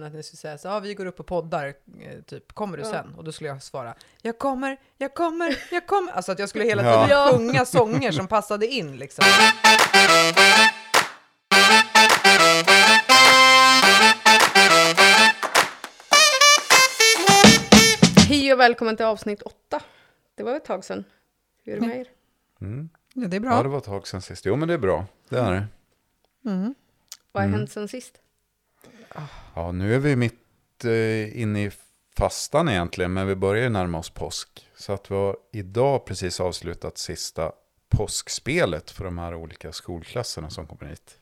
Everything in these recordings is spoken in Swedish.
att ni skulle säga så vi går upp och poddar, typ, kommer du sen? Och då skulle jag svara, jag kommer. Alltså att jag skulle hela tiden sjunga sånger som passade in liksom. Hej och välkommen till avsnitt 8. Det var ett tag sedan. Hur är det med er? Ja, det är bra. Ja, det var ett tag sedan sist. Jo, men det är bra. Det är det. Vad har hänt sen sist? Ja, nu är vi mitt inne i fastan egentligen, men vi börjar närma oss påsk. Så att vi har idag precis avslutat sista påskspelet för de här olika skolklasserna som kommer hit.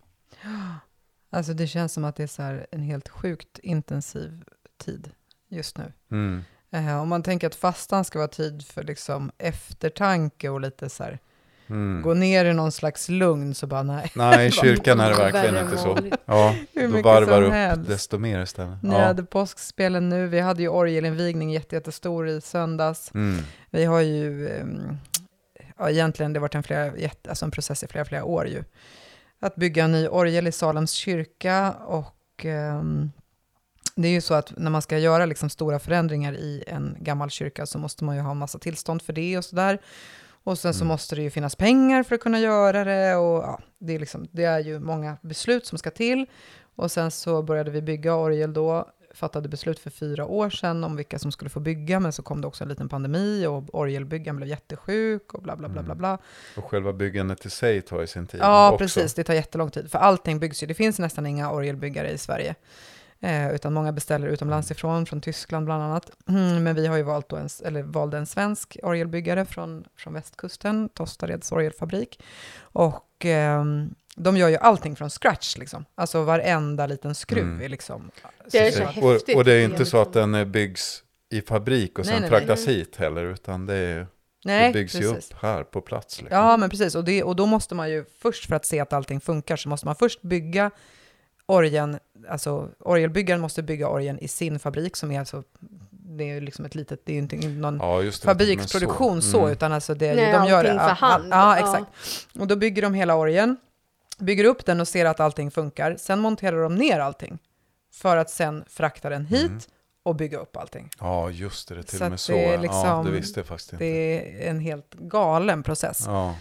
Alltså det känns som att det är så här en helt sjukt intensiv tid just nu. Om man tänker att fastan ska vara tid för liksom eftertanke och lite så här gå ner i någon slags lugn, så bara nej. Nej, i kyrkan är det verkligen inte så. Ja, då varvar upp desto mer istället. Ni hade påskspelen nu. Vi hade ju orgelinvigning jättestor i söndags. Vi har ju egentligen det har varit en process i flera år ju. Att bygga en ny orgel i Salems kyrka, och det är ju så att när man ska göra liksom stora förändringar i en gammal kyrka så måste man ju ha en massa tillstånd för det och sådär. Och sen så måste det ju finnas pengar för att kunna göra det. Och det är ju många beslut som ska till. Och sen så började vi bygga orgel då. Fattade beslut för 4 år sedan om vilka som skulle få bygga. Men så kom det också en liten pandemi och orgelbyggaren blev jättesjuk och bla bla bla bla bla. Och själva byggandet i sig tar ju sin tid. Ja, också. Precis. Det tar jättelång tid. För allting byggs ju. Det finns nästan inga orgelbyggare i Sverige. Utan många beställer utomlands ifrån, från Tyskland bland annat. Men vi har ju valde en svensk orgelbyggare från västkusten, Tostareds orgelfabrik. Och de gör ju allting från scratch liksom. Alltså varenda liten skruv är liksom. Det är så häftigt. Och det är inte så att den byggs i fabrik och sen fraktas hit heller, utan det byggs ju upp här på plats. Liksom. Ja, men precis. Och då måste man ju först, för att se att allting funkar, så måste man först bygga orgeln, alltså orgelbyggaren måste bygga orgeln i sin fabrik, som är alltså, det är ju liksom ett litet, det är ju inte någon fabriksproduktion så, utan alltså det de gör det för hand. Ja, exakt. Och då bygger de hela orgeln, bygger upp den och ser att allting funkar. Sen monterar de ner allting för att sen frakta den hit och bygga upp allting. Ja, just det, till och med så. Det är liksom, det visste jag faktiskt inte. Det är en helt galen process. Ja.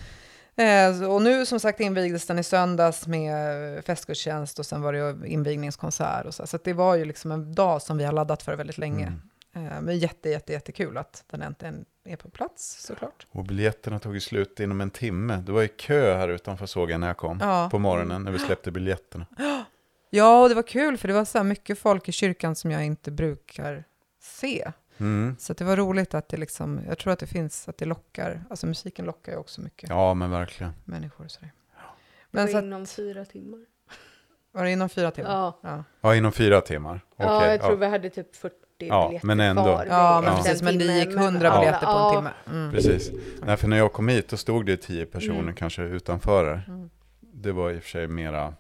Och nu som sagt invigdes den i söndags med festgudstjänst, och sen var det invigningskonsert och så att det var ju liksom en dag som vi har laddat för väldigt länge. Men jättekul att den äntligen är på plats, såklart. Och biljetterna tog ju slut inom en timme. Det var ju kö här utanför, såg jag när jag kom på morgonen när vi släppte biljetterna. Ja, och det var kul för det var så här mycket folk i kyrkan som jag inte brukar se. Så det var roligt att det liksom, jag tror att det finns, att det lockar, alltså musiken lockar ju också mycket. Ja, men verkligen. Människor och sådär. Men det var inom 4 timmar. Var det inom 4 timmar? Ja, inom 4 timmar. Okay, ja, jag tror vi hade typ 40 biljetter men ändå. kvar. Ja, men precis, men det gick 100 biljetter på en timme. Precis. Nej, för när jag kom hit då stod det 10 personer kanske utanför där. Det var i och för sig mera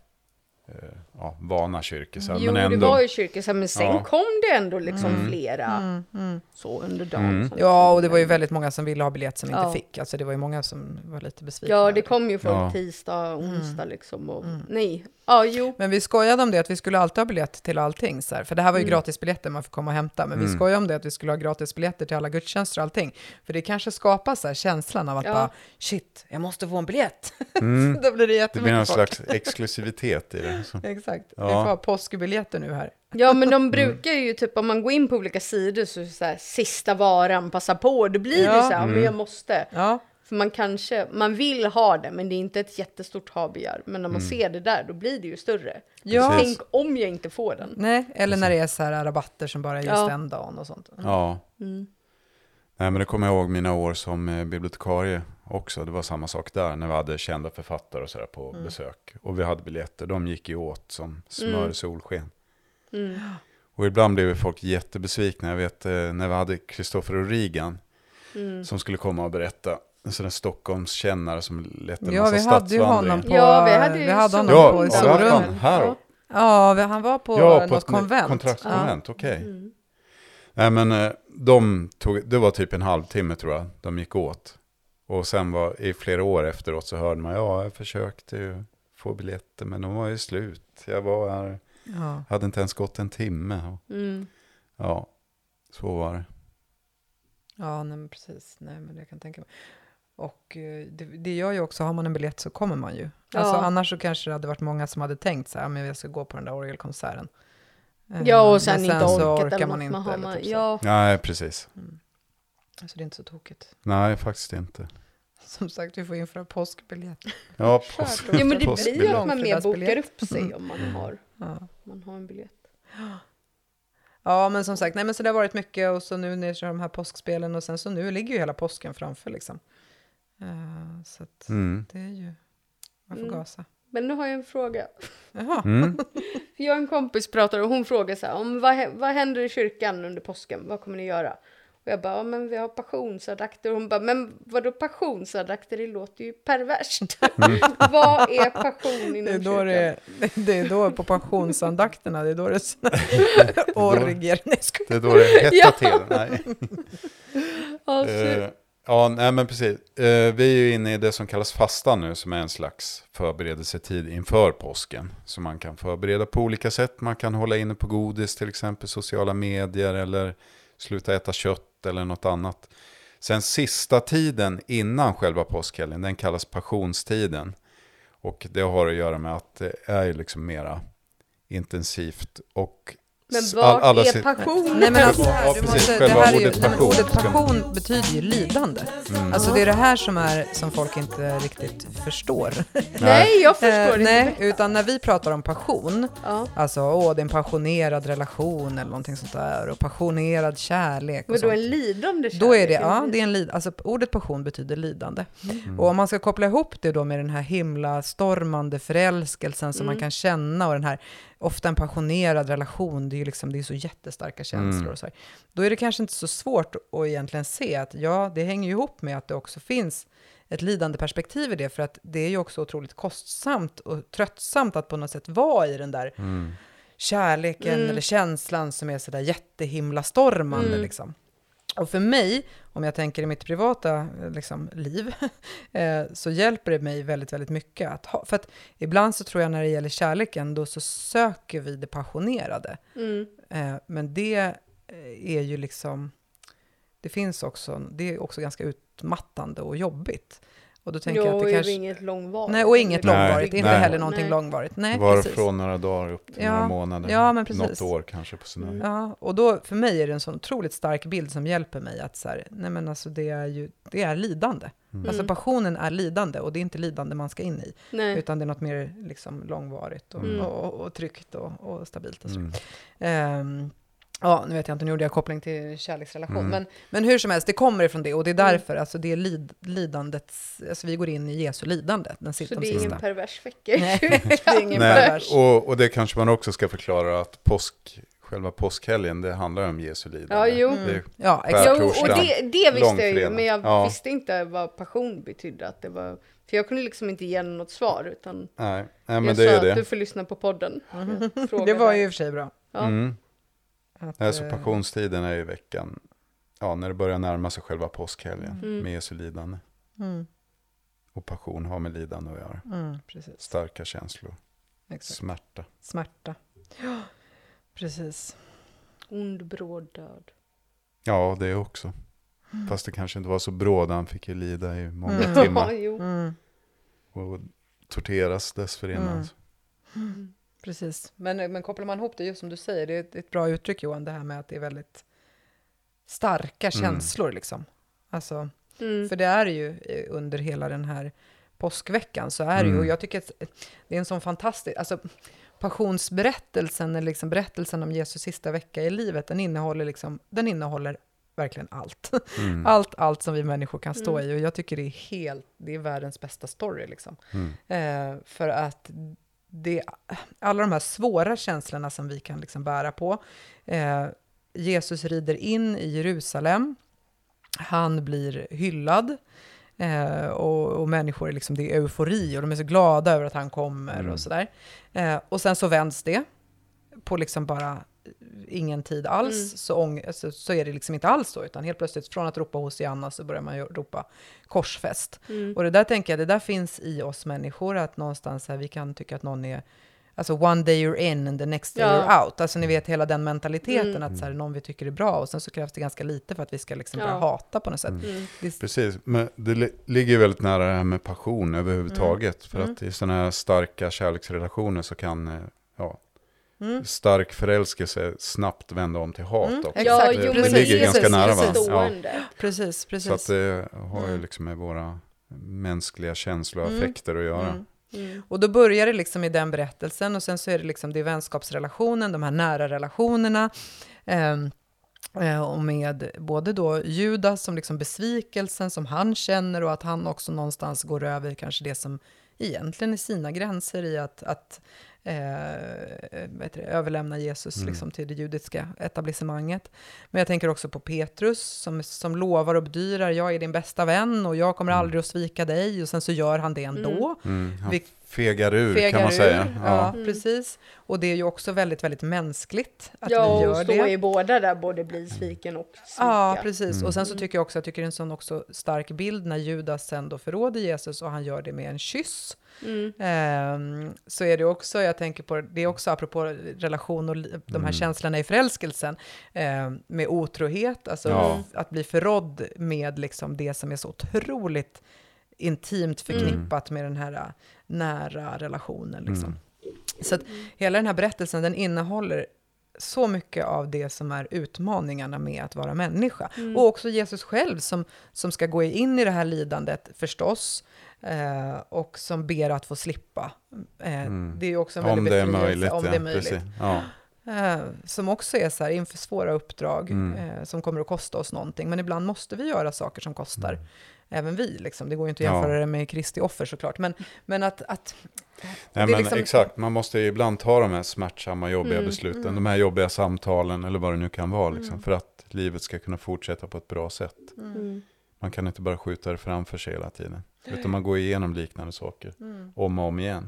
vana kyrkisar. Jo, men ändå. Det var ju kyrkisar, men sen kom det ändå liksom flera så under dagen. Ja, och det var ju väldigt många som ville ha biljett som inte fick. Alltså det var ju många som var lite besvikna. Ja, det kom ju folk tisdag, onsdag liksom. Och, Men vi skojade om det, att vi skulle alltid ha biljett till allting. Så här. För det här var ju gratisbiljetter man får komma och hämta. Men vi skojade om det, att vi skulle ha gratisbiljetter till alla gudstjänster och allting. För det kanske skapar så här känslan av att bara, shit, jag måste få en biljett. Då blir det jättemycket. Det blir någon slags exklusivitet i det. Så. Exakt. Vi får ha påskbiljetter nu här. Ja, men de brukar ju typ, om man går in på olika sidor så här, sista varan, passa på. Då blir det så här, men jag måste. Ja. För man vill ha det, men det är inte ett jättestort habegär. Men när man ser det där, då blir det ju större. Ja. Tänk om jag inte får den. Nej, eller när det är så här rabatter som bara är just en dag och sånt. Ja. Nej, men det kommer jag ihåg mina år som bibliotekarie också. Det var samma sak där när vi hade kända författare och sådär på besök. Och vi hade biljetter. De gick ju åt som smör i solsken. Och ibland blev folk jättebesvikna. Jag vet när vi hade Kristoffer O'Regan som skulle komma och berätta. En sån där Stockholmskännare som lät en massa stadsvandring. Vi hade honom på i Sorun. Ja, han var på något konvent. Kontraktskonvent, okej. Nej, men det var typ en halvtimme tror jag de gick åt. Och sen i flera år efteråt så hörde man, jag försökte få biljetter men de var ju slut. Jag var här Ja. Hade inte ens gått en timme. Ja, så var det. Ja, nej, men precis. Nej, men det kan jag tänka mig. Och det gör ju också, har man en biljett så kommer man ju. Alltså, annars så kanske det hade varit många som hade tänkt så här, men jag ska gå på den där orgelkonserten. Ja, och sen inte så orkat orkar man inte. Ja. Nej, precis. Så det är inte så tokigt. Nej, faktiskt inte. Som sagt, vi får införa påskbiljett. Ja, ja, men det blir ju att man mer bokar upp sig om man har en biljett. Ja, men som sagt, nej, men så det har varit mycket och så nu när de här påskspelen och sen så nu ligger ju hela påsken framför liksom. Så att det är ju, man får gasa. Men nu har jag en fråga. Jaha. För jag och en kompis pratar och hon frågar så här, om vad händer i kyrkan under påsken? Vad kommer ni göra? Och jag bara, men vi har passionsandakter. Och hon bara, men vadå passionsandakter? Det låter ju perverst. Vad är passion inom kyrkan? Det är då på passionsandakterna, det är då det orger. Det är då det hettar till. Nej. Ja, nej men precis. Vi är ju inne i det som kallas fasta nu, som är en slags förberedelsetid inför påsken. Så man kan förbereda på olika sätt. Man kan hålla inne på godis, till exempel sociala medier, eller sluta äta kött eller något annat. Sen sista tiden innan själva påskhelgen, den kallas passionstiden. Och det har att göra med att det är ju liksom mera intensivt och men vad är passion? Nej, men alltså, ordet passion betyder ju lidande. Alltså det är det här som folk inte riktigt förstår. Nej, jag förstår inte. Nej, utan när vi pratar om passion, alltså det är en passionerad relation eller någonting sånt där, och passionerad kärlek. Men då är en lidande kärlek? Då är det, det är en alltså ordet passion betyder lidande. Och om man ska koppla ihop det då med den här himla stormande förälskelsen som man kan känna, och den här ofta en passionerad relation, det är så jättestarka känslor och så här. Då är det kanske inte så svårt att egentligen se att det hänger ju ihop med att det också finns ett lidande perspektiv i det, för att det är ju också otroligt kostsamt och tröttsamt att på något sätt vara i den där kärleken eller känslan som är sådär jättehimla stormande liksom. Och för mig, om jag tänker i mitt privata liv, så hjälper det mig väldigt, väldigt mycket att ha. För att ibland så tror jag när det gäller kärleken, då så söker vi det passionerade. Men det är ju det finns också, det är också ganska utmattande och jobbigt. Och då tänker jag att det kanske... inget långvarigt. Nej, och inget långvarigt. Inte heller någonting långvarigt. Nej, precis. Från några dagar upp till några månader. Ja, men precis. Något år kanske på sin höjd. Ja, och då för mig är det en sån otroligt stark bild som hjälper mig att så här, nej men alltså det är lidande. Alltså passionen är lidande, och det är inte lidande man ska in i. Nej. Utan det är något mer långvarigt och tryggt och stabilt. Och så. Ja, nu vet jag inte, nu gjorde jag koppling till kärleksrelation. Men hur som helst, det kommer ifrån det. Och det är därför, alltså det är lidandet, alltså vi går in i Jesu lidande. Så det är ingen pervers vecka. Nej, det är ingen pervers. Och det kanske man också ska förklara, att själva påskhelgen, det handlar om Jesu lidande. Ja, jo. Och det visste jag ju, men jag visste inte vad passion betydde. Att det var, för jag kunde inte ge något svar, utan nej, men jag det sa är det. Att du får lyssna på podden. Det var ju i och för sig bra. Ja. Så passionstiden är i veckan, när det börjar närma sig själva påskhelgen med Jesu lidande. Och passion har med lidande att göra. Precis. Starka känslor. Exakt. Smärta. Ja, precis. Ond, bråd död. Ja, det också. Fast det kanske inte var så bråd, han fick ju lida i många timmar. Och torteras dessförinnan. Precis, men kopplar man ihop det, just som du säger, det är ett bra uttryck, Johan, det här med att det är väldigt starka känslor liksom. Alltså, för det är ju under hela den här påskveckan så är det ju, och jag tycker att det är en sån fantastisk, alltså passionsberättelsen, eller berättelsen om Jesus sista vecka i livet, den innehåller verkligen allt. Allt som vi människor kan stå i, och jag tycker det är världens bästa story liksom. För att alla de här svåra känslorna som vi kan bära på. Jesus rider in i Jerusalem. Han blir hyllad. Och människor är det är eufori, och de är så glada över att han kommer och sådär. Och sen så vänds det på bara ingen tid alls, så är det inte alls så, utan helt plötsligt från att ropa Hosianna så börjar man ju ropa korsfäst. Och det där tänker jag, det där finns i oss människor, att någonstans här, vi kan tycka att någon är, alltså one day you're in and the next day you're out. Alltså ni vet hela den mentaliteten att så här, någon vi tycker är bra och sen så krävs det ganska lite för att vi ska liksom börja hata på något sätt. Precis, men det ligger väldigt nära det här med passion överhuvudtaget. För att i sådana här starka kärleksrelationer så kan stark förälskelse snabbt vända om till hat också. Exakt. Det ligger ganska nära varandra. Precis. Så att det har ju liksom med våra mänskliga känslor och affekter att göra. Och då börjar det liksom i den berättelsen och sen så är det liksom det vänskapsrelationen, de här nära relationerna och med både då Judas som liksom besvikelsen som han känner och att han också någonstans går över kanske det som egentligen är sina gränser i att överlämna Jesus liksom till det judiska etablissemanget. Men jag tänker också på Petrus som lovar och bedyrar, jag är din bästa vän och jag kommer aldrig att svika dig, och sen så gör han det ändå. Han fegar ur kan man säga. Ja, precis. Och det är ju också väldigt, väldigt mänskligt att vi gör det. Ja, och i båda där, både bli sviken och svika. Ja, precis. Och sen så tycker jag också, det är en sån också stark bild när Judas sen då förråder Jesus och han gör det med en kyss. Så är det också, jag tänker på det är också apropå relation och de här känslorna i förälskelsen med otrohet, alltså att bli förrådd med liksom det som är så otroligt intimt förknippat med den här nära relationen liksom. Så att hela den här berättelsen, den innehåller så mycket av det som är utmaningarna med att vara människa. Och också Jesus själv som ska gå in i det här lidandet förstås. Och som ber att få slippa. Det är ju också en väldigt befrielse om det är möjligt. Som också är så här inför svåra uppdrag som kommer att kosta oss någonting. Men ibland måste vi göra saker som kostar. Även vi liksom. Det går ju inte att jämföra det med Kristi offer såklart. Men att nej, men liksom, exakt, man måste ju ibland ta de här smärtsamma jobbiga besluten. De här jobbiga samtalen eller vad det nu kan vara liksom, för att livet ska kunna fortsätta på ett bra sätt. Man kan inte bara skjuta det framför sig hela tiden. Utan man går igenom liknande saker om och om igen.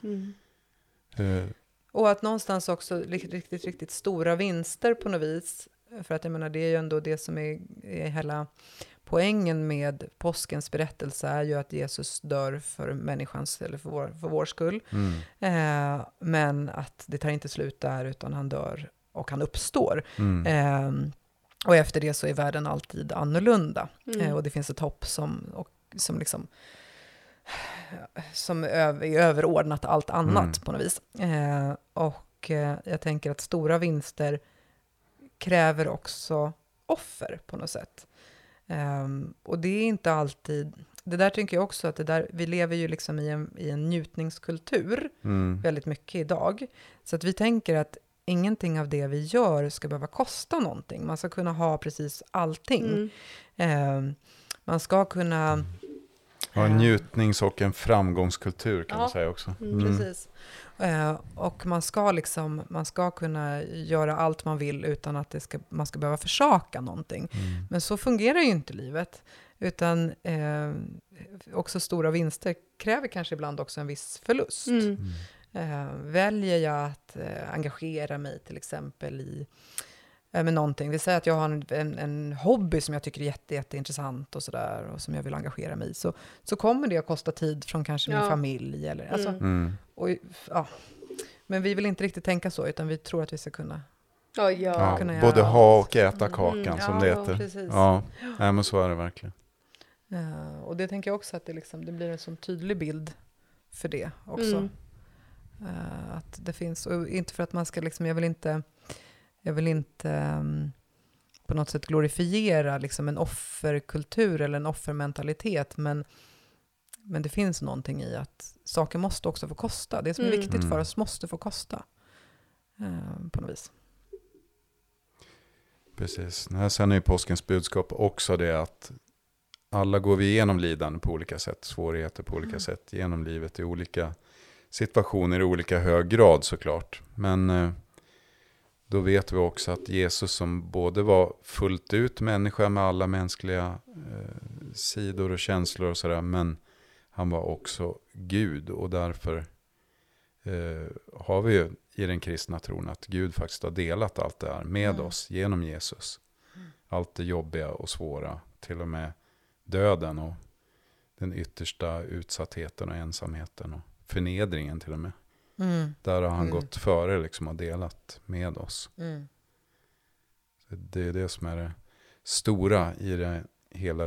Och att någonstans också riktigt, riktigt stora vinster på något vis. För att jag menar, det är ju ändå det som är hela poängen med påskens berättelse är ju att Jesus dör för människans eller för vår skull. Men att det tar inte slut där utan han dör och han uppstår. Och efter det så är världen alltid annorlunda. Och det finns ett hopp som liksom som är överordnat allt annat på något vis. Och jag tänker att stora vinster kräver också offer på något sätt. Och det är inte alltid, det där tänker jag också att vi lever ju liksom i en njutningskultur väldigt mycket idag. Så att vi tänker att ingenting av det vi gör ska behöva kosta någonting. Man ska kunna ha precis allting. Man ska kunna ja, en njutnings- och en framgångskultur kan man säga också. Precis. Och man ska kunna göra allt man vill utan att man ska behöva försaka någonting. Men så fungerar ju inte livet. Utan också stora vinster kräver kanske ibland också en viss förlust. Väljer jag att engagera mig till exempel i med någonting. Vi säger att jag har en hobby som jag tycker är jätteintressant och sådär och som jag vill engagera mig i. Så kommer det att kosta tid från kanske min familj. Eller, alltså, men vi vill inte riktigt tänka så utan vi tror att vi ska kunna kunna både ha och äta kakan som det heter. Precis. Ja, nej, men så är det verkligen. Och det tänker jag också att det blir en sån tydlig bild för det också. Att det finns, och inte för att man ska liksom, jag vill inte på något sätt glorifiera liksom en offerkultur eller en offermentalitet, men det finns någonting i att saker måste också få kosta. Det som är viktigt för oss måste få kosta på något vis. Precis. Sen är ju påskens budskap också det att alla går vi igenom lidande på olika sätt, svårigheter på olika sätt, genom livet i olika situationer i olika hög grad såklart. Men då vet vi också att Jesus som både var fullt ut människa med alla mänskliga sidor och känslor och sådär, men han var också Gud, och därför har vi ju i den kristna tron att Gud faktiskt har delat allt det här med oss genom Jesus. Allt det jobbiga och svåra, till och med döden och den yttersta utsattheten och ensamheten och förnedringen till och med Där har han gått före liksom och delat med oss. Så det är det som är det stora i hela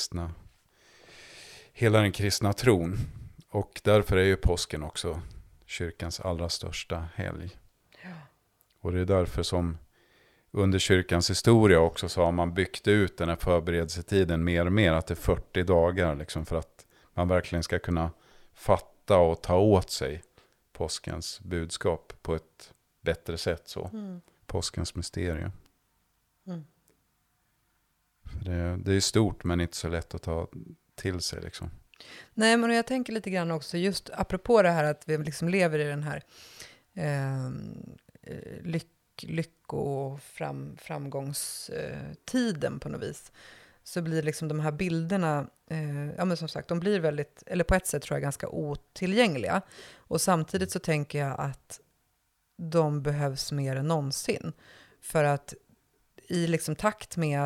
den kristna tron. Och därför är ju påsken också kyrkans allra största helg. Ja. Och det är därför som under kyrkans historia också så har man byggt ut den här förberedelsetiden mer och mer, att det är 40 dagar liksom, för att man verkligen ska kunna fatta och ta åt sig påskens budskap på ett bättre sätt. Så. Påskens mysterium. För det är stort men inte så lätt att ta till sig liksom. Nej, men jag tänker lite grann också just apropå det här att vi liksom lever i den här framgångstiden på något vis, så blir liksom de här bilderna ja men som sagt, de blir väldigt, eller på ett sätt tror jag ganska otillgängliga, och samtidigt så tänker jag att de behövs mer än någonsin, för att i liksom takt med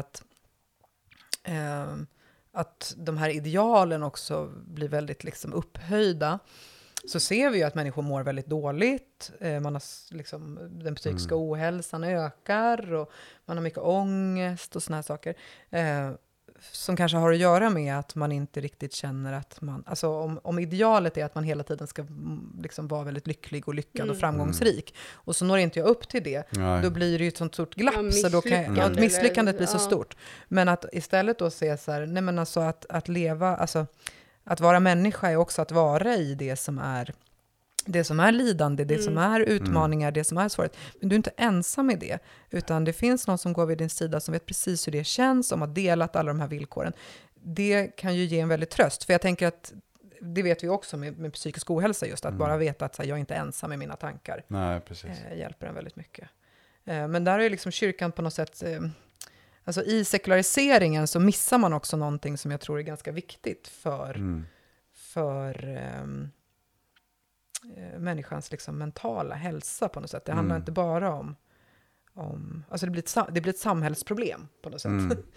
att de här idealen också blir väldigt liksom upphöjda, så ser vi ju att människor mår väldigt dåligt. Man har liksom, den psykiska ohälsan ökar och man har mycket ångest och såna här saker. Som kanske har att göra med att man inte riktigt känner att man... Alltså om idealet är att man hela tiden ska liksom vara väldigt lycklig och lyckad och framgångsrik. Och så når inte jag upp till det. Nej. Då blir det ju ett sånt stort glapp. Så då kan misslyckandet blir så stort. Men att istället då se så här... Nej men alltså att leva... Alltså, att vara människa är också att vara i det som är lidande, det som är utmaningar, det som är svårt. Men du är inte ensam i det, utan det finns någon som går vid din sida som vet precis hur det känns, om att delat alla de här villkoren. Det kan ju ge en väldigt tröst, för jag tänker att det vet vi också med psykisk ohälsa, just att bara veta att så här, jag är inte ensam i mina tankar. Nej, precis. Hjälper en väldigt mycket. Men där är liksom kyrkan på något sätt... Alltså i sekulariseringen så missar man också någonting som jag tror är ganska viktigt för människans liksom mentala hälsa på något sätt. Det handlar inte bara om alltså det blir ett samhällsproblem på något sätt.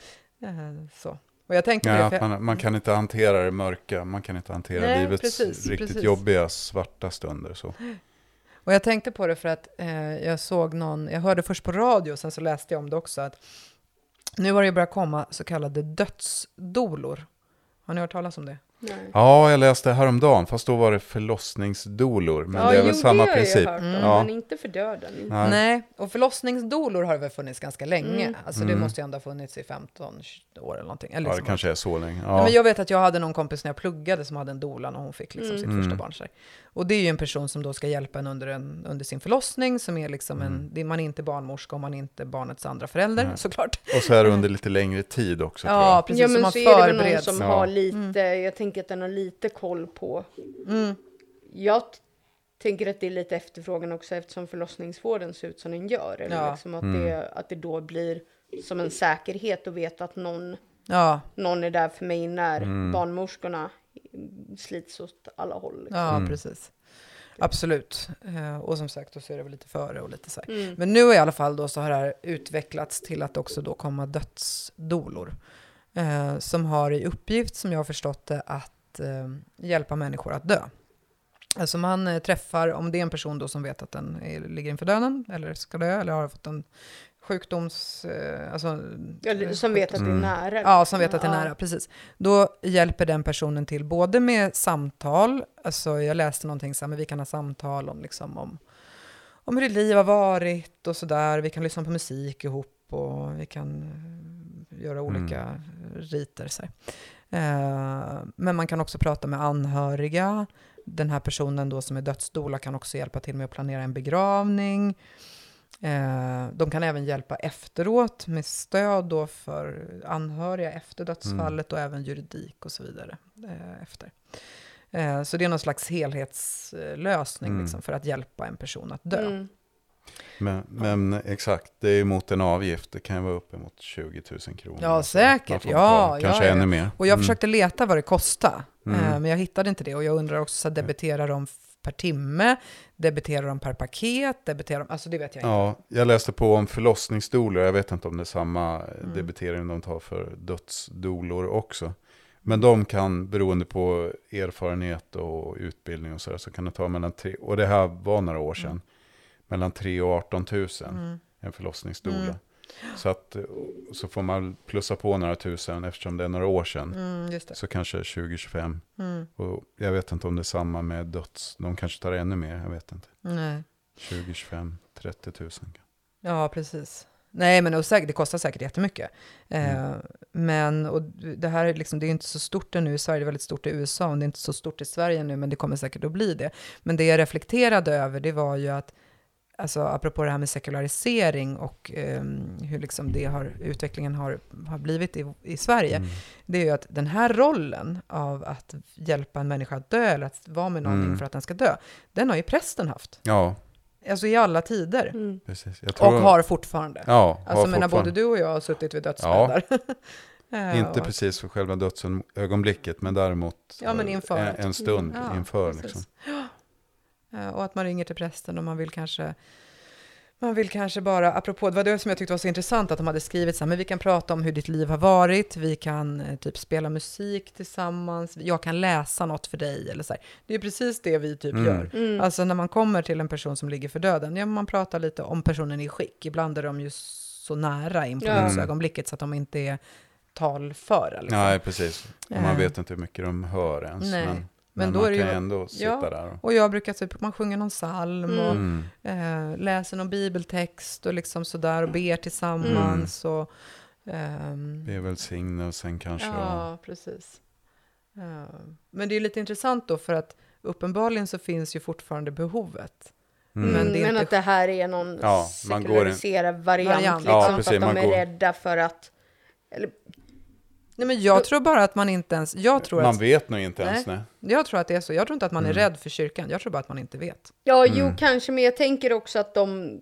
Så. Och jag tänker man kan inte hantera det mörka, man kan inte hantera livets riktigt jobbiga svarta stunder så. Och jag tänkte på det för att jag hörde först på radio, sen så läste jag om det också, att nu har det börjat komma så kallade dödsdolor. Har ni hört talas om det? Nej. Ja, jag läste häromdagen, fast då var det förlossningsdolor. Men det är väl samma princip. Men inte för döden. Nej, och förlossningsdolor har det väl funnits ganska länge. Alltså det måste ju ändå ha funnits i 15 år eller någonting. Eller liksom det kanske är så länge. Ja. Men jag vet att jag hade någon kompis när jag pluggade som hade en dola när hon fick liksom sitt första barn. Och det är ju en person som då ska hjälpa en under sin förlossning, som är liksom man är inte barnmorska och man är inte barnets andra förälder, såklart. Och så är det under lite längre tid också. Ja, precis. Ja, men så är det väl någon som har lite, jag tänker att den har lite koll på. Jag tänker att det är lite efterfrågan också, eftersom förlossningsvården ser ut som den gör. Eller liksom att det då blir som en säkerhet att veta att någon är där för mig när barnmorskorna slits åt alla håll. Liksom. Ja, precis. Absolut. Och som sagt, då så är det väl lite före och lite så här. Men nu i alla fall då så har det här utvecklats till att också då komma dödsdolor. Som har i uppgift, som jag har förstått det, att hjälpa människor att dö. Alltså man träffar, om det är en person då som vet att den ligger inför döden eller ska dö eller har fått en sjukdoms... som vet att det är nära. Ja, som vet att det är nära, precis. Då hjälper den personen till både med samtal, alltså jag läste någonting så här, men vi kan ha samtal om, liksom, om hur ditt liv har varit och sådär. Vi kan lyssna på musik ihop och vi kan göra olika riter. Så men man kan också prata med anhöriga. Den här personen då som är dödsdola kan också hjälpa till med att planera en begravning. De kan även hjälpa efteråt med stöd då för anhöriga efter dödsfallet och även juridik och så vidare efter. Så det är någon slags helhetslösning liksom, för att hjälpa en person att dö. Men exakt, det är mot en avgift. Det kan ju vara uppemot 20 000 kronor. Ja, säkert. Kanske ännu mer. Och jag försökte leta vad det kostar. Men jag hittade inte det. Och jag undrar också, så debiterar de per timme? Debiterar de per paket? Alltså det vet jag inte. Ja, jag läste på om förlossningsdolor. Jag vet inte om det är samma debitering de tar för dödsdolor också. Men de kan, beroende på erfarenhet och utbildning och så kan det ta mellan 3, och det här var några år sedan, mellan 3 och 18 000 en förlossningsdoula. Så att så får man plussa på några tusen eftersom det är några år sedan. Just det. Så kanske 20-25. Och jag vet inte om det är samma med döds. De kanske tar ännu mer, jag vet inte. Nej. 20-25, 30 000. Ja, precis. Nej, men det kostar säkert jättemycket. Men och det här är liksom, det är inte så stort ännu i Sverige, det är väldigt stort i USA, och det är inte så stort i Sverige nu, men det kommer säkert att bli det. Men det jag reflekterade över, det var ju att, alltså apropå det här med sekularisering och hur liksom utvecklingen har blivit i Sverige, det är ju att den här rollen av att hjälpa en människa att dö, eller att vara med någonting för att den ska dö, den har ju prästen haft. Ja. Alltså i alla tider. Precis. Och har fortfarande. Ja, alltså menar både du och jag har suttit vid dödsbäddar. Ja. Inte precis för själva dödsögonblicket, men däremot men inför en stund inför. Liksom. Och att man ringer till prästen och man vill kanske bara, apropå, det var det som jag tyckte var så intressant, att de hade skrivit så här, men vi kan prata om hur ditt liv har varit, vi kan typ spela musik tillsammans, jag kan läsa något för dig, eller så här. Det är precis det vi typ gör. Alltså när man kommer till en person som ligger för döden, man pratar lite om personen i skick, ibland är de ju så nära in på ögonblicket så att de inte är talföra. Liksom. Nej, precis. Och man vet inte hur mycket de hör ens. Nej. Men då man kan ju ändå sitta där. Och jag brukar typ, man sjunger någon psalm och läser någon bibeltext och liksom sådär och ber tillsammans. Och, be välsignelsen kanske. Ja, precis. Men det är lite intressant då, för att uppenbarligen så finns ju fortfarande behovet. Men inte... att det här är någon sekulariserad variant liksom, ja, precis, för att de är rädda för att... Eller... Nej, men jag tror bara att man inte ens... man vet nog inte ens. Nej. Jag tror att det är så. Jag tror inte att man är rädd för kyrkan. Jag tror bara att man inte vet. Ja, jo, kanske. Men jag tänker också att de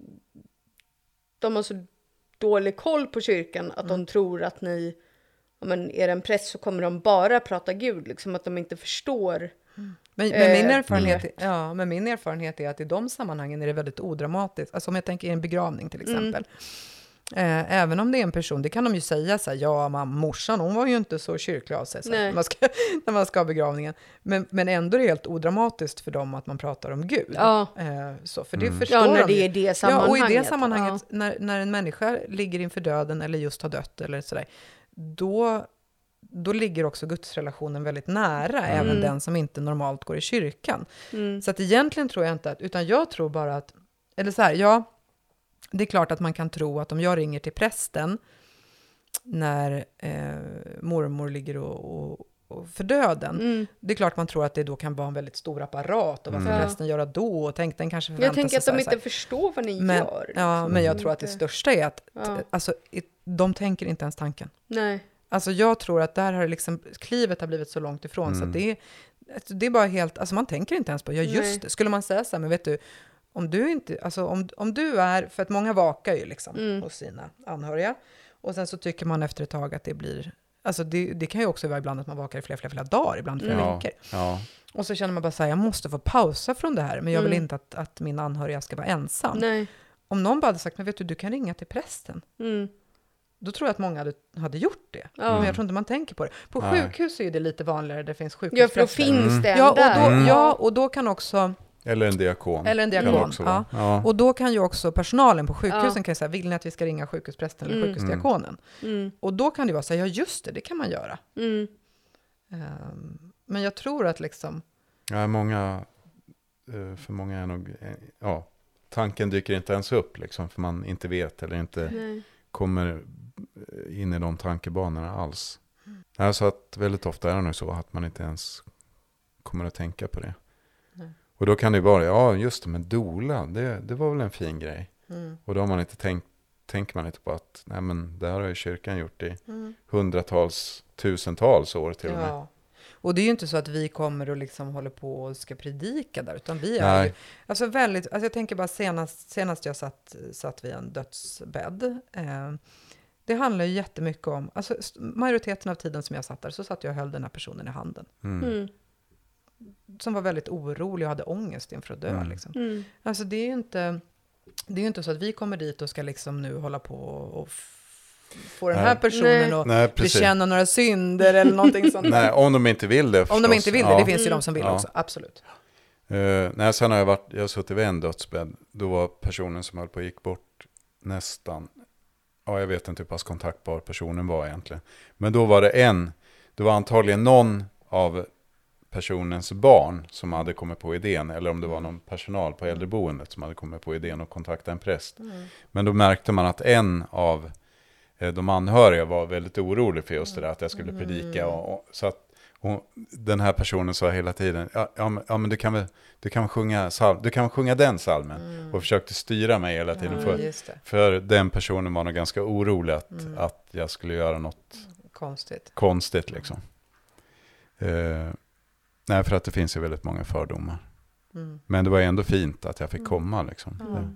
har så dålig koll på kyrkan att de tror att ni... Om är en präst så kommer de bara prata Gud. Liksom att de inte förstår... Men min erfarenhet är att i de sammanhangen är det väldigt odramatiskt. Alltså om jag tänker i en begravning till exempel. Även om det är en person, det kan de ju säga så här, ja, morsan, hon var ju inte så kyrklig av sig så när man ska ha begravningen. Men ändå är det helt odramatiskt för dem att man pratar om Gud. Ja. Så, för det förstår när de det är det sammanhanget. Ja, och i det sammanhanget, när en människa ligger inför döden eller just har dött eller sådär, då ligger också gudsrelationen väldigt nära, även den som inte normalt går i kyrkan. Så att egentligen tror jag inte att, utan jag tror bara att, eller så här, det är klart att man kan tro att om jag ringer till prästen när mormor ligger och för döden, det är klart man tror att det då kan vara en väldigt stor apparat och vad ska prästen göra då, och tänk den kanske förväntar sig. Jag tänker att de inte förstår vad ni gör. Liksom. Ja, men jag tror att det största är att alltså, de tänker inte ens tanken. Nej. Alltså jag tror att där har liksom, klivet har blivit så långt ifrån så att det är bara helt, alltså man tänker inte ens på, just det. Skulle man säga så här, men vet du, om du inte, alltså om du är, för att många vakar ju liksom hos sina anhöriga, och sen så tycker man efter ett tag att det blir, alltså det kan ju också vara ibland att man vakar i flera dagar, ibland flera veckor. Ja. Och så känner man bara så här, jag måste få pausa från det här, men jag vill inte att min anhöriga ska vara ensam. Nej. Om någon bara hade sagt, men vet du kan ringa till prästen. Då tror jag att många hade gjort det. Men jag tror inte man tänker på det. På sjukhus är det lite vanligare, det finns sjukhuspräster. Ja, för då finns det där. Och då kan också... Eller en diakon. Ja. Och då kan ju också personalen på sjukhusen kan säga, vill ni att vi ska ringa sjukhusprästen eller sjukhusdiakonen? Och då kan det vara så här, ja just det kan man göra. Men jag tror att liksom... Ja, för många är nog... tanken dyker inte ens upp liksom, för man inte vet eller inte kommer in i de tankebanorna alls. Så att väldigt ofta är det nog så att man inte ens kommer att tänka på det. Och då kan det vara, just det, men doula, det var väl en fin grej. Och då har man inte tänker man inte på att nej, men det här har ju kyrkan gjort i hundratals, tusentals år till och med. Och det är ju inte så att vi kommer och liksom håller på och ska predika där, utan vi är ju, alltså väldigt, alltså jag tänker bara senast jag satt vid en dödsbädd, det handlar ju jättemycket om, alltså majoriteten av tiden som jag satt där så satt jag och höll den här personen i handen. Som var väldigt orolig och hade ångest inför att dö. Liksom. Alltså det är ju inte så att vi kommer dit och ska liksom nu hålla på och få den här personen att bekänna några synder eller någonting sånt. Nej, om de inte vill det förstås. Om de inte vill det, det finns ju de som vill också, absolut. Sen har jag har suttit vid en dödsbädd. Då var personen som höll på gick bort nästan, jag vet inte hur pass kontaktbar personen var egentligen. Men då var det var antagligen någon av personens barn som hade kommit på idén, eller om det var någon personal på äldreboendet som hade kommit på idén att kontakta en präst. Men då märkte man att en av de anhöriga var väldigt orolig för just det där, att jag skulle predika. Så att den här personen sa hela tiden, men du kan sjunga den salmen. Och försökte styra mig hela tiden. För den personen var nog ganska orolig att jag skulle göra något konstigt liksom. Nej, för att det finns ju väldigt många fördomar. Men det var ändå fint att jag fick komma liksom.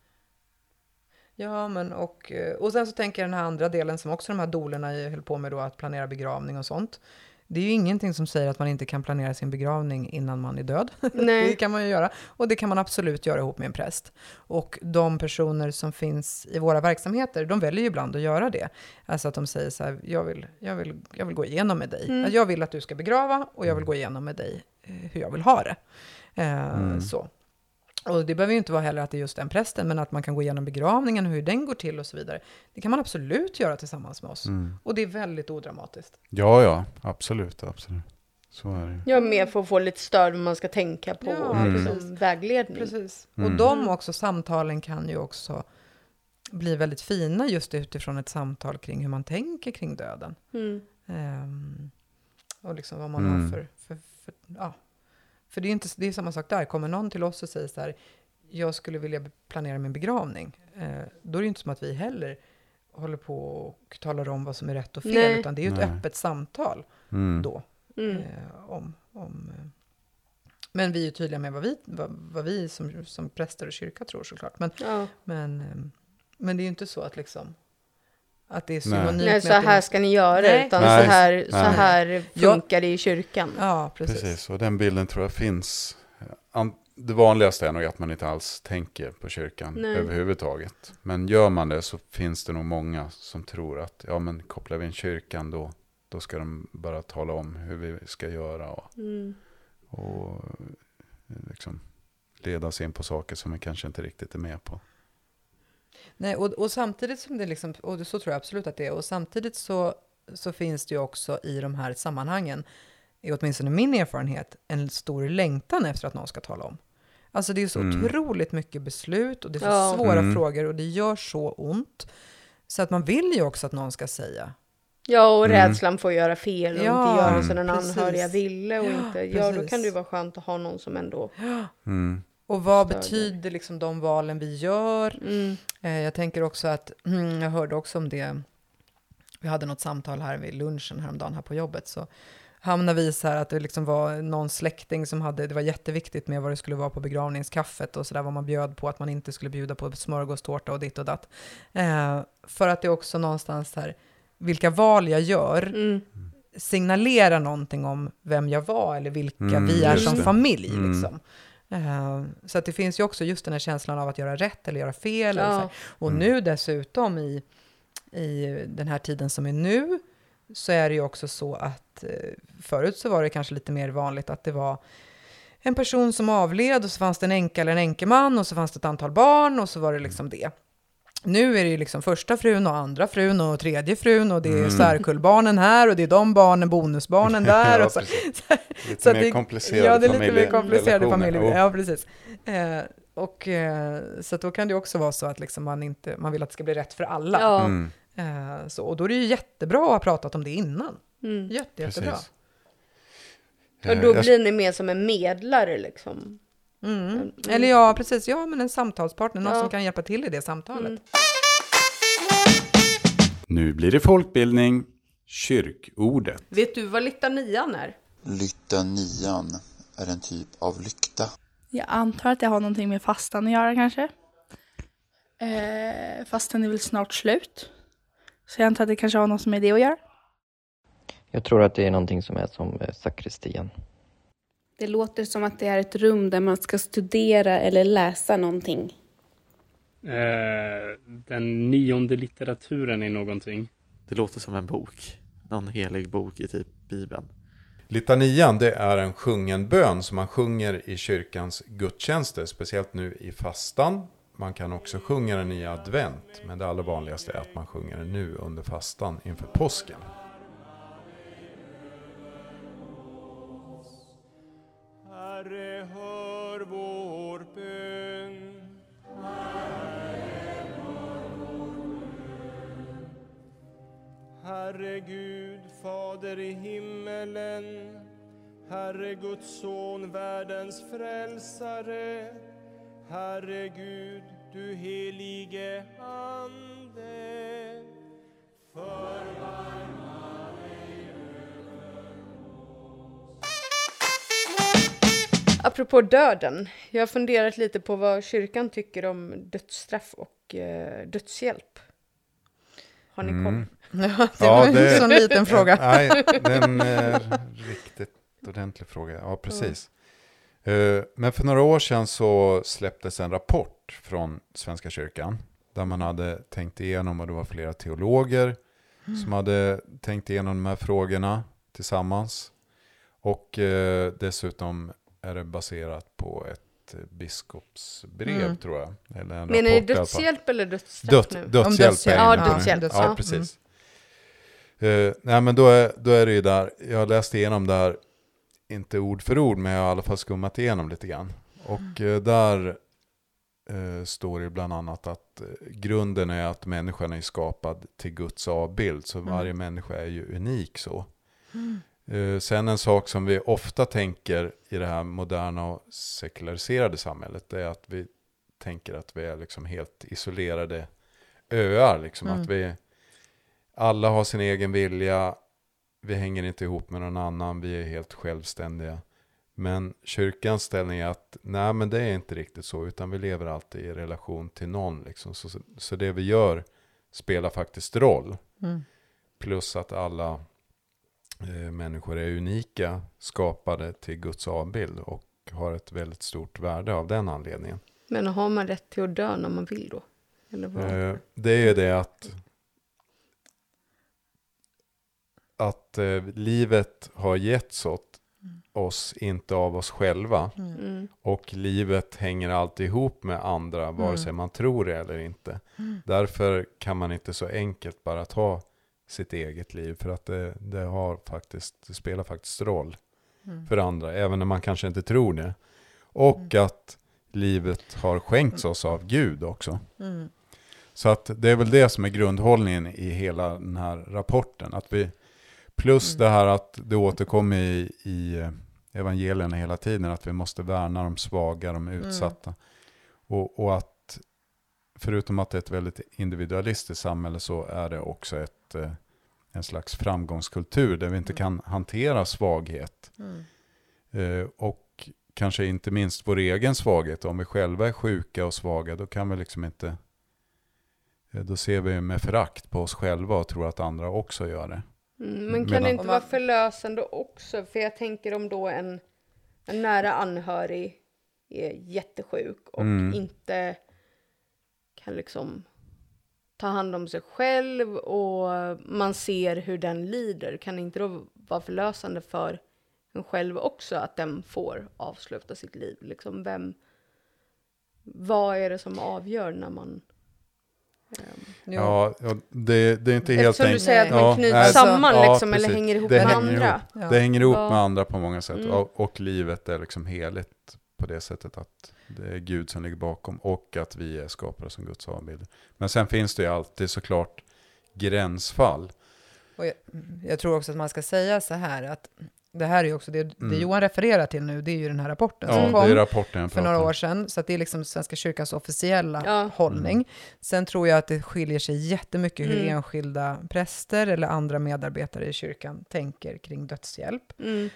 Ja, men och sen så tänker jag den här andra delen som också de här dolerna höll på med då, att planera begravning och sånt. Det är ju ingenting som säger att man inte kan planera sin begravning innan man är död. Nej. Det kan man ju göra. Och det kan man absolut göra ihop med en präst. Och de personer som finns i våra verksamheter, de väljer ju ibland att göra det. Alltså att de säger så här, jag vill gå igenom med dig. Jag vill att du ska begrava och jag vill gå igenom med dig hur jag vill ha det. Så. Och det behöver ju inte vara heller att det är just den prästen, men att man kan gå igenom begravningen, hur den går till och så vidare. Det kan man absolut göra tillsammans med oss. Och det är väldigt odramatiskt. Ja, absolut. Så är det. Jag är med för att få lite stöd vad man ska tänka på liksom vägledning. Precis. Och de också, samtalen kan ju också bli väldigt fina just utifrån ett samtal kring hur man tänker kring döden. Och liksom vad man har för För det är samma sak där. Kommer någon till oss och säger så här, jag skulle vilja planera min begravning. Då är det inte som att vi heller håller på och talar om vad som är rätt och fel. Nej. Utan det är ju ett öppet samtal då. Men vi är tydliga med vad vi som präster och kyrka tror såklart. Men det är ju inte så att liksom... Att det är synonymt med så här ska ni göra, utan så här funkar det i kyrkan. Ja, precis. Och den bilden tror jag finns. Det vanligaste är nog att man inte alls tänker på kyrkan överhuvudtaget. Men gör man det så finns det nog många som tror att kopplar vi in kyrkan då ska de bara tala om hur vi ska göra och liksom leda oss in på saker som vi kanske inte riktigt är med på. Nej, och samtidigt som det liksom, och så tror jag absolut att det är, och samtidigt så finns det ju också i de här sammanhangen, i åtminstone min erfarenhet, en stor längtan efter att någon ska tala om. Alltså det är så otroligt mycket beslut och det är så svåra frågor och det gör så ont. Så att man vill ju också att någon ska säga. Ja, och rädslan får göra fel och inte göra som den anhöriga ville och inte. Ja, då kan det ju vara skönt att ha någon som ändå... Och vad betyder liksom de valen vi gör? Jag tänker också att, jag hörde också om det, vi hade något samtal här vid lunchen häromdagen här på jobbet, så hamnade vi så här att det liksom var någon släkting som det var jätteviktigt med vad det skulle vara på begravningskaffet och sådär, vad man bjöd på, att man inte skulle bjuda på smörgåstårta och ditt och datt. För att det också någonstans här, vilka val jag gör signalerar någonting om vem jag var eller vilka vi är som familj liksom. Så att det finns ju också just den här känslan av att göra rätt eller göra fel. Eller så. Och nu dessutom i den här tiden som är nu, så är det ju också så att förut så var det kanske lite mer vanligt att det var en person som avled och så fanns det en änka eller en änkeman och så fanns det ett antal barn och så var det liksom det. Nu är det ju liksom första frun och andra frun och tredje frun och det är särkullbarnen här och det är de barnen, bonusbarnen där. Och så. Lite mer komplicerade ja, det är lite mer komplicerade familjer. Ja, precis. Så att då kan det också vara så att liksom man vill att det ska bli rätt för alla. Ja. Och då är det ju jättebra att ha pratat om det innan. Jättebra. Och då blir ni mer som en medlare liksom. Eller ja, precis. Ja, men en samtalspartner. Någon som kan hjälpa till i det samtalet. Nu blir det folkbildning. Kyrkordet. Vet du vad litanian är? Litanian är en typ av lykta. Jag antar att det har någonting med fastan att göra kanske. Fastan är väl snart slut. Så jag antar att det kanske har något med det att göra. Jag tror att det är någonting som är som sakristian. Det låter som att det är ett rum där man ska studera eller läsa någonting. Den 9:e litteraturen är någonting. Det låter som en bok. Någon helig bok i typ Bibeln. Litanian, det är en sjungen bön som man sjunger i kyrkans gudstjänster. Speciellt nu i fastan. Man kan också sjunga den i advent. Men det allra vanligaste är att man sjunger den nu under fastan inför påsken. Herre, hör vår bön. Herre Gud, Fader i himmelen, Herre Guds son, världens frälsare, Herre Gud, du helige Ande, förbarma dig över oss. Apropå döden, jag har funderat lite på vad kyrkan tycker om dödsstraff och dödshjälp. Har ni koll? Ja, det är en sån liten fråga. Nej, den är riktigt ordentlig fråga. Ja, precis. Men för några år sedan så släpptes en rapport från Svenska kyrkan. Där man hade tänkt igenom, och det var flera teologer som hade tänkt igenom de här frågorna tillsammans. Och dessutom är det baserat på ett biskopsbrev, tror jag. Eller en menar ni rapport, dödshjälp eller dödsstraff nu? Dödshjälp. Ja, dödshjälp. Ja, precis. Nej, men då är det ju där. Jag läste igenom där, inte ord för ord, men jag har i alla fall skummat igenom lite grann. Och där står det bland annat att grunden är att människan är skapad till Guds avbild. Så varje människa är ju unik så. Sen en sak som vi ofta tänker i det här moderna och sekulariserade samhället, är att vi tänker att vi är liksom helt isolerade öar. Liksom. Att vi alla har sin egen vilja, vi hänger inte ihop med någon annan, vi är helt självständiga. Men kyrkans ställning är att nej, men det är inte riktigt så, utan vi lever alltid i relation till någon. Liksom. Så det vi gör spelar faktiskt roll. Plus att alla människor är unika, skapade till Guds avbild och har ett väldigt stort värde av den anledningen. Men har man rätt till att dö när man vill då? Eller vad? Det är ju det att livet har getts åt oss, inte av oss själva. Och livet hänger alltid ihop med andra, vare sig man tror det eller inte. Därför kan man inte så enkelt bara ta sitt eget liv, för att det spelar faktiskt roll för andra, även när man kanske inte tror det. Och att livet har skänkts oss av Gud också. Så att det är väl det som är grundhållningen i hela den här rapporten. Att vi, plus det här att det återkommer i evangelierna hela tiden, att vi måste värna de svaga, de utsatta. Och att förutom att det är ett väldigt individualistiskt samhälle, så är det också en slags framgångskultur där vi inte kan hantera svaghet. Och kanske inte minst vår egen svaghet. Om vi själva är sjuka och svaga, då kan vi liksom inte, då ser vi med förakt på oss själva och tror att andra också gör det. Men kan det inte vara förlösande också? För jag tänker om då en nära anhörig är jättesjuk och inte kan liksom ta hand om sig själv, och man ser hur den lider. Kan det inte då vara förlösande för en själv också att den får avsluta sitt liv? Liksom vad är det som avgör när man... Ja, det är inte helt enkelt. Eftersom du säger att man knyter samman liksom, eller hänger ihop med andra. Det hänger ihop med andra på många sätt. Och livet är liksom heligt på det sättet att det är Gud som ligger bakom, och att vi är skapade som Guds avbild. Men sen finns det ju alltid såklart gränsfall. Och jag tror också att man ska säga så här, att det här är ju också det Johan refererar till nu, det är ju den här rapporten som kom för några år sedan. Så att det är liksom Svenska kyrkans officiella hållning. Sen tror jag att det skiljer sig jättemycket hur enskilda präster eller andra medarbetare i kyrkan tänker kring dödshjälp.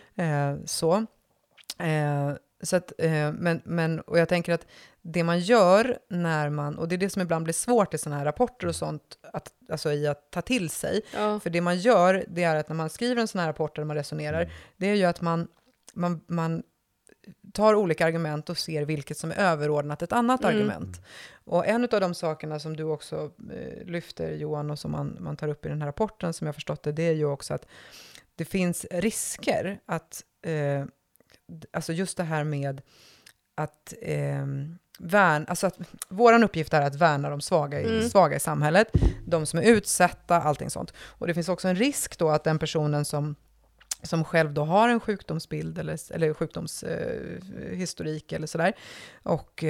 Så att, och jag tänker att det man gör när man, och det är det som ibland blir svårt i sådana här rapporter och sånt, alltså i att ta till sig. För det man gör, det är att när man skriver en sån här rapport eller man resonerar, det är ju att man tar olika argument och ser vilket som är överordnat ett annat argument. Och en av de sakerna som du också lyfter, Johan, och som man tar upp i den här rapporten som jag förstått det är ju också att det finns risker att, alltså just det här med att alltså att våran uppgift är att värna de svaga i samhället, de som är utsatta, allting sånt. Och det finns också en risk då att den personen som själv då har en sjukdomsbild eller sjukdomshistorik eller sådär och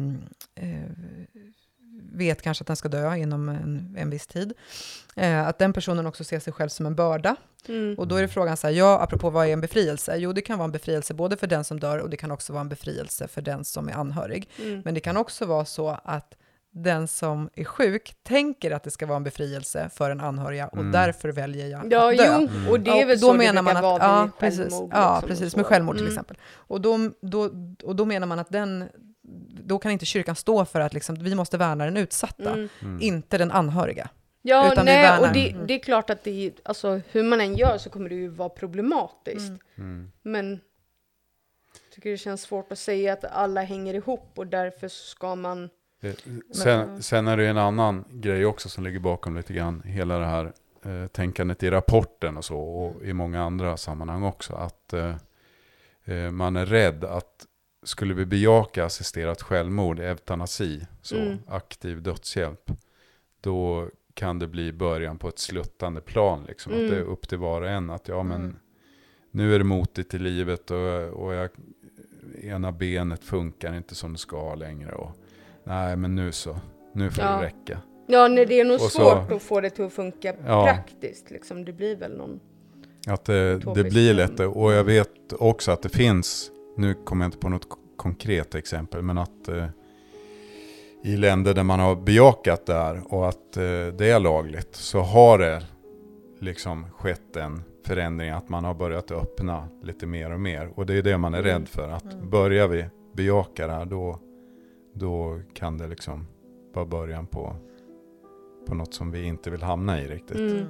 vet kanske att den ska dö inom en viss tid. Att den personen också ser sig själv som en börda. Och då är det frågan så här, apropå vad är en befrielse? Jo, det kan vara en befrielse både för den som dör och det kan också vara en befrielse för den som är anhörig. Men det kan också vara så att den som är sjuk tänker att det ska vara en befrielse för en anhöriga och därför väljer jag att dö. Jo, och det är väl då så menar man att ja, precis, liksom, precis, så. med självmord till exempel. Och då menar man att då kan inte kyrkan stå för att liksom, vi måste värna den utsatta, inte den anhöriga. Ja, utan nej, och det är klart att det är, alltså, hur man än gör så kommer det ju vara problematiskt. Men jag tycker det känns svårt att säga att alla hänger ihop och därför ska man... Sen är det en annan grej också som ligger bakom lite grann hela det här tänkandet i rapporten och så, och i många andra sammanhang också, att man är rädd att skulle vi bejaka assisterat självmord, eutanasi, så aktiv dödshjälp, då kan det bli början på ett sluttande plan liksom, att det är upp till var och en att men nu är det motigt i livet och ena benet funkar inte som det ska längre och nej, men nu får det räcka. Ja, nej, det är nog svårt att få det till att funka praktiskt. Liksom. Det blir väl någon... Att det blir lätt. Och jag vet också att det finns, nu kommer jag inte på något konkret exempel, men att i länder där man har bejakat det här och att det är lagligt, så har det liksom skett en förändring, att man har börjat öppna lite mer och mer. Och det är det man är rädd för, att börjar vi bejaka det här, då kan det liksom vara början på något som vi inte vill hamna i riktigt.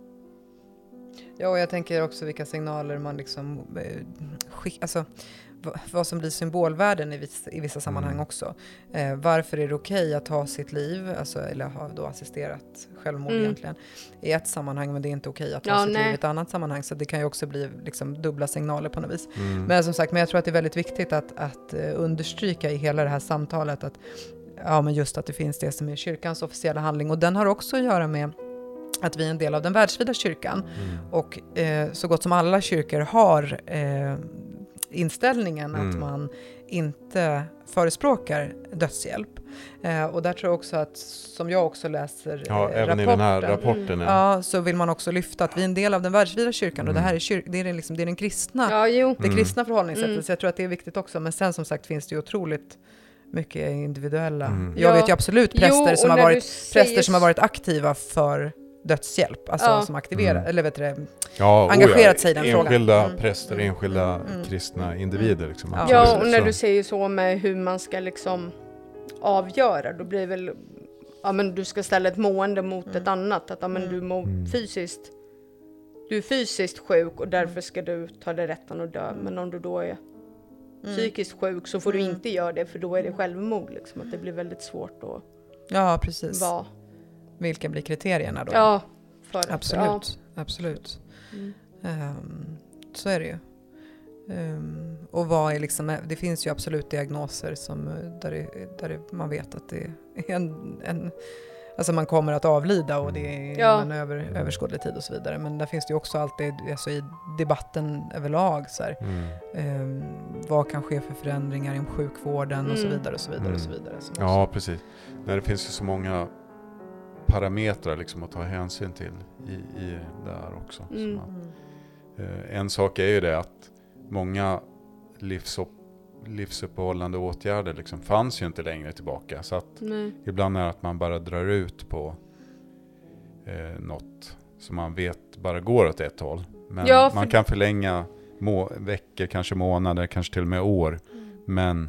Ja, och jag tänker också vilka signaler man liksom alltså vad som blir symbolvärden i vissa sammanhang också. Varför är det okej att ha sitt liv, alltså, eller ha då assisterat självmord egentligen, i ett sammanhang, men det är inte okej att ha sitt liv i ett annat sammanhang. Så det kan ju också bli liksom dubbla signaler på något vis. Men som sagt, jag tror att det är väldigt viktigt att understryka i hela det här samtalet att men just att det finns det som är kyrkans officiella handling, och den har också att göra med att vi är en del av den världsvida kyrkan och så gott som alla kyrkor har inställningen att man inte förespråkar dödshjälp. Och där tror jag också att, som jag också läser även i den här rapporten. Så vill man också lyfta att vi är en del av den världsvida kyrkan och det här är det är den kristna, det kristna förhållningssättet. Så jag tror att det är viktigt också. Men sen som sagt finns det ju otroligt mycket individuella. Jag vet ju absolut präster som har varit aktiva för dödshjälp, alltså som aktiverar eller vet du, engagerat sig i den frågan. Enskilda präster, enskilda kristna individer liksom. Ja, och när du säger så med hur man ska liksom avgöra, då blir det väl men du ska ställa ett mående mot ett annat, att du mår fysiskt, du är fysiskt sjuk och därför ska du ta dig rätten att dö, men om du då är psykiskt sjuk så får du inte göra det, för då är det självmord liksom, att det blir väldigt svårt att precis. Vilka blir kriterierna då? Ja, absolut. Så är det ju. Och vad är liksom, det finns ju absolut diagnoser som där man vet att det är en alltså man kommer att avlida och det är en överskådlig tid och så vidare. Men där finns det ju också alltid, alltså i debatten överlag så här, vad kan ske för förändringar inom sjukvården och så vidare och så vidare och så vidare. Ja, precis. Det finns ju så många parametrar liksom att ta hänsyn till i det här också. Som att, en sak är ju det att många livsuppehållande åtgärder liksom fanns ju inte längre tillbaka. Så att ibland är det att man bara drar ut på något som man vet bara går åt ett håll. Men man kan förlänga veckor, kanske månader, kanske till och med år. Men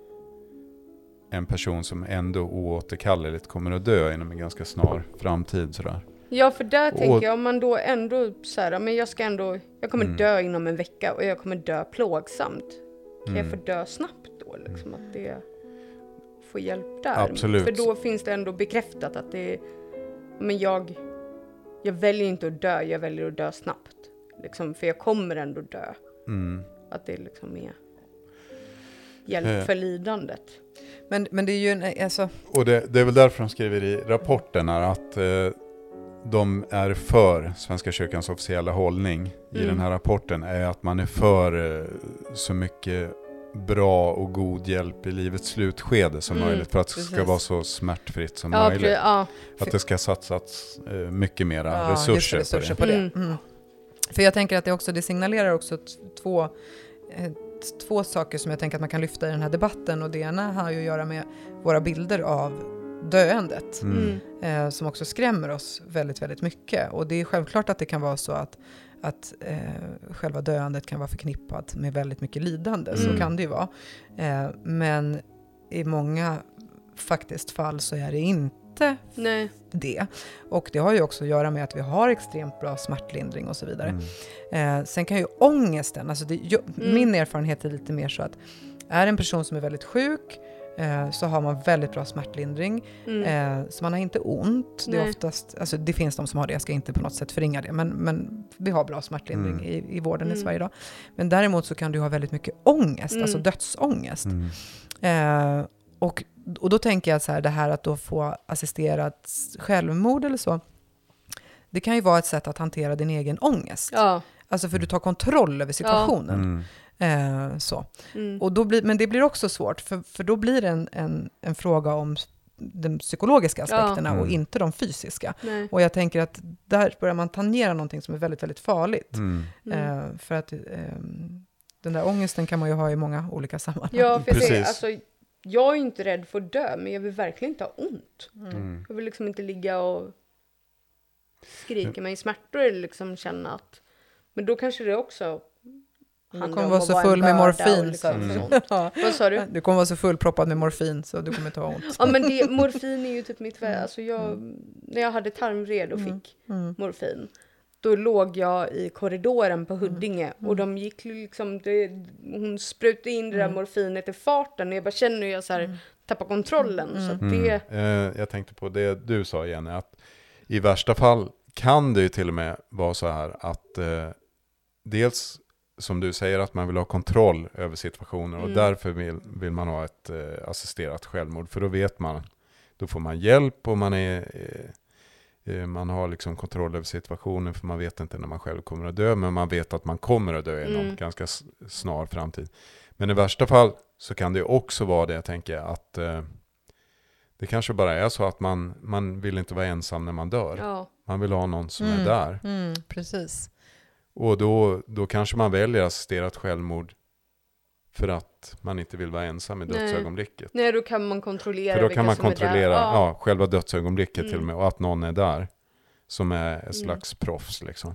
en person som ändå oåterkalleligt kommer att dö inom en ganska snar framtid sådär. Ja, för där tänker jag, om man då ändå så här, men jag kommer dö inom en vecka och jag kommer dö plågsamt. kan jag få dö snabbt då? Liksom, att det får hjälp där. Absolut. För då finns det ändå bekräftat att det är, men jag väljer inte att dö, jag väljer att dö snabbt. Liksom, för jag kommer ändå dö. Att det liksom är hjälp för lidandet. Men det är ju alltså... Och det är väl därför de skriver i rapporten att de är för Svenska kyrkans officiella hållning i den här rapporten är att man är för så mycket bra och god hjälp i livets slutskede som möjligt för att det ska vara så smärtfritt som möjligt. Att det ska satsas mycket mera resurser på det. För jag tänker att det signalerar också två saker som jag tänker att man kan lyfta i den här debatten, och det ena har ju att göra med våra bilder av döendet som också skrämmer oss väldigt, väldigt mycket. Och det är självklart att det kan vara så att själva döendet kan vara förknippat med väldigt mycket lidande. Så kan det ju vara. Men i många faktiskt fall så är det inte det. Och det har ju också att göra med att vi har extremt bra smärtlindring och så vidare. Sen kan ju ångesten, alltså min erfarenhet är lite mer så att är en person som är väldigt sjuk så har man väldigt bra smärtlindring. Så man har inte ont. Det är oftast, alltså det finns de som har det, jag ska inte på något sätt förringa det. Men vi har bra smärtlindring i vården i Sverige idag. Men däremot så kan du ha väldigt mycket ångest, alltså dödsångest. Och då tänker jag så här, det här att då få assisterat självmord eller så. Det kan ju vara ett sätt att hantera din egen ångest. Ja. Alltså för du tar kontroll över situationen. Och då men det blir också svårt, för då blir det en fråga om de psykologiska aspekterna och inte de fysiska. Och jag tänker att där börjar man tangera någonting som är väldigt, väldigt farligt. För att den där ångesten kan man ju ha i många olika sammanhang. Ja, för jag är inte rädd för att dö, men jag vill verkligen inte ha ont. Jag vill liksom inte ligga och skrika mig i smärtor eller liksom känna att... Men då kanske det också... Du kommer vara så full med morfin. Vad sa du? Du kommer vara så fullproppad med morfin så du kommer inte ha ont. Ja, men morfin är ju typ mitt alltså när jag hade tarmvred och fick morfin, då låg jag i korridoren på Huddinge och de gick liksom, hon sprutade in det där morfinet i farten och jag bara känner hur jag så här tappar kontrollen. Så att det... Jag tänkte på det du sa, Jenny, att i värsta fall kan det ju till och med vara så här att dels som du säger att man vill ha kontroll över situationen och därför vill man ha ett assisterat självmord, för då vet man, då får man hjälp och man har liksom kontroll över situationen, för man vet inte när man själv kommer att dö, men man vet att man kommer att dö i någon ganska snar framtid. Men i värsta fall så kan det också vara det, jag tänker, att det kanske bara är så att man vill inte vara ensam när man dör. Ja. Man vill ha någon som är där. Precis. Och då kanske man väljer assisterat självmord för att man inte vill vara ensam i dödsögonblicket. Nej, då kan man kontrollera. För då kan man kontrollera själva dödsögonblicket till och med, och att någon är där som är ett slags proffs liksom.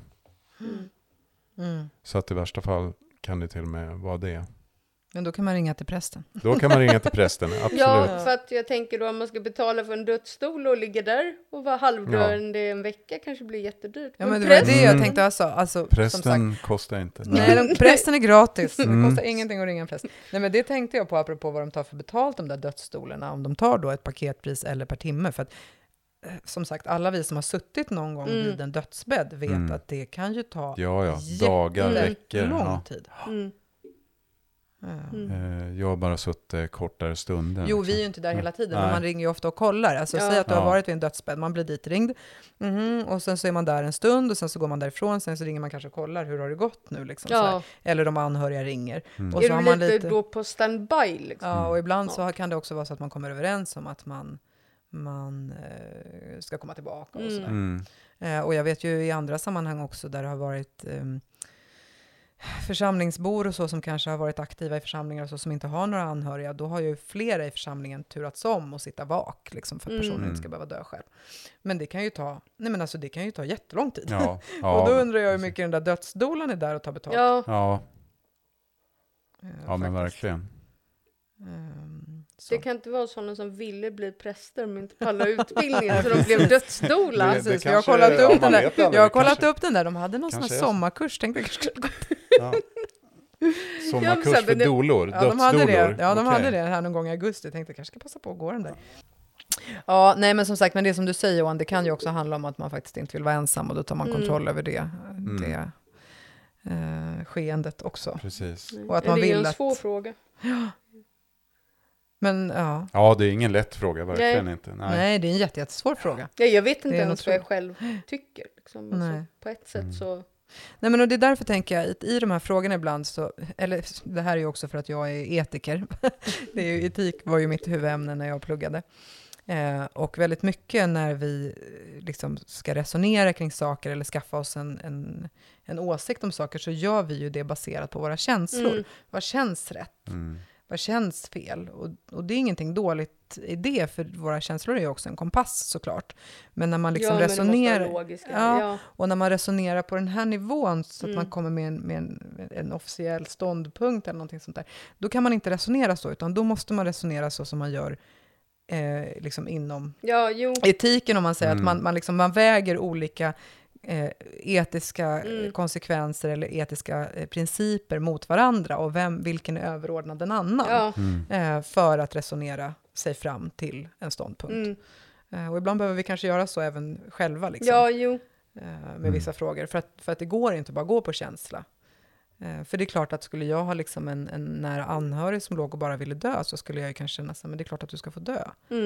Så att i värsta fall kan det till och med vara det. Men då kan man ringa till prästen. Då kan man ringa till prästen, absolut. Ja, för att jag tänker då om man ska betala för en dödsstol och ligga där och vara halvdöende en vecka kanske blir jättedyrt. Ja, men det var det jag tänkte alltså prästen som sagt, kostar inte. Nej, prästen är gratis. Det kostar ingenting att ringa en präst. Nej, men det tänkte jag på apropå vad de tar för betalt, de där dödsstolarna. Om de tar då ett paketpris eller per timme. För att som sagt, alla vi som har suttit någon gång vid en dödsbädd vet att det kan ju ta dagar, veckor, lång tid. Jag har bara suttit kortare stunder. Jo, vi är ju inte där hela tiden, men man ringer ju ofta och kollar. Alltså säg att du har varit vid en dödsbädd, man blir ditringd och sen så är man där en stund och sen så går man därifrån, sen så ringer man kanske och kollar, hur har det gått nu liksom, så här. Eller de anhöriga ringer. Och är så har du man lite då på standby liksom? Ja, och ibland så kan det också vara så att man kommer överens om att man ska komma tillbaka och sådär. Och jag vet ju i andra sammanhang också där det har varit församlingsbor och så som kanske har varit aktiva i församlingar och så som inte har några anhöriga, då har ju flera i församlingen turats om och sitta vak liksom, för att personen inte ska behöva dö själv. Men det kan ju ta, det kan ju ta jättelång tid. Och då undrar jag hur mycket den där dödsdolan är där och tar betalt. Ja, men verkligen. Det kan inte vara sådana som ville bli präster men inte palla utbildningen så de blev dödsdolar. Precis, jag har kollat upp den där. Jag har kollat upp den där. De hade någon sån här sommarkurs. Tänkte jag kanske. Sommarkurs för dolor, de hade det. Ja, de okay. hade det här någon gång i augusti. Jag tänkte jag kanske ska passa på att gå den där. Ja, nej men som sagt, men det som du säger Johan, det kan ju också handla om att man faktiskt inte vill vara ensam och då tar man kontroll över det skeendet också. Precis. Och att man det är vill en svår fråga. Ja. Men ja. Ja, det är ingen lätt fråga, verkligen inte. Nej, det är en jättesvår fråga. Ja, jag vet inte ens vad jag själv tycker. Liksom. Alltså, på ett sätt så... Nej, men och det är därför tänker jag att i de här frågorna ibland så, eller det här är ju också för att jag är etiker. Det är ju, etik var ju mitt huvudämne när jag pluggade. Och väldigt mycket när vi liksom ska resonera kring saker eller skaffa oss en åsikt om saker så gör vi ju det baserat på våra känslor. Vad känns rätt? Vad känns fel? Och det är ingenting dåligt i det, för våra känslor är ju också en kompass såklart. Men när man liksom resonerar och när man resonerar på den här nivån så att man kommer med en officiell ståndpunkt eller någonting sånt där, då kan man inte resonera så, utan då måste man resonera så som man gör liksom inom etiken, om man säger att man väger olika etiska konsekvenser eller etiska principer mot varandra och vilken är överordnad den annan för att resonera sig fram till en ståndpunkt. Och ibland behöver vi kanske göra så även själva liksom, med vissa frågor, för att det går inte bara gå på känsla. För det är klart att skulle jag ha liksom en nära anhörig som låg och bara ville dö, så skulle jag ju kanske känna så, men det är klart att du ska få dö.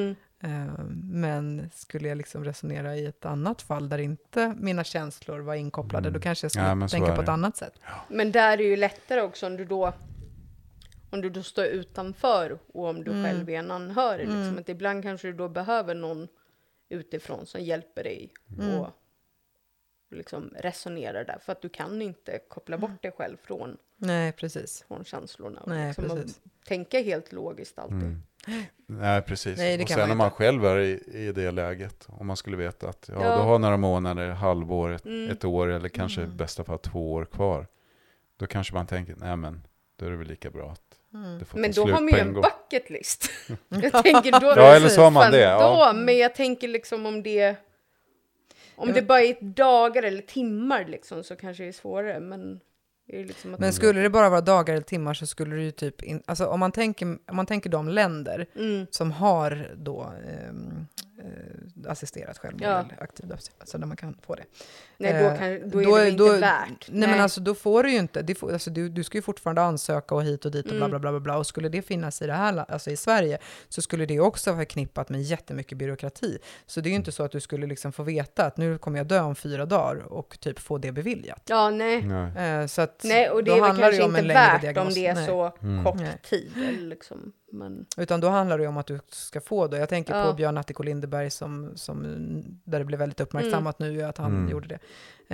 Men skulle jag liksom resonera i ett annat fall där inte mina känslor var inkopplade, då kanske jag skulle tänka på ett annat sätt. Men där är det ju lättare också om du då står utanför och om du själv är en anhörig. Liksom. Att ibland kanske du då behöver någon utifrån som hjälper dig och liksom resonera där, för att du kan inte koppla bort dig själv från känslorna och liksom tänka helt logiskt alltid. Nej, precis. Och sen när man själv är i det läget, om man skulle veta att du har några månader, halvår, ett år eller kanske i bästa fall 2 år kvar, då kanske man tänker, nej men då är det väl lika bra att det får men ta då slut har man ju en bucket list. Jag tänker då eller så har man det. Men jag tänker liksom om det bara är dagar eller timmar liksom, så kanske det är svårare, men är det liksom att skulle det bara vara dagar eller timmar, så skulle det ju typ alltså om man tänker de länder som har då assisterat självmord eller aktiv dödshjälp, alltså där man kan få det. Nej, då är det inte värt. Nej, men alltså då får du ju inte, alltså du ska ju fortfarande ansöka och hit och dit och bla bla bla bla, och skulle det finnas i det här, alltså i Sverige, så skulle det också vara förknippat med jättemycket byråkrati. Så det är ju inte så att du skulle liksom få veta att nu kommer jag dö om 4 dagar och typ få det beviljat. Ja, nej. Så att nej, och det är väl kanske inte värt om det är så kort tid eller liksom. Men... Utan då handlar det om att du ska få det. Jag tänker på Björn Attiko Lindeberg som där det blev väldigt uppmärksammat nu att han gjorde det.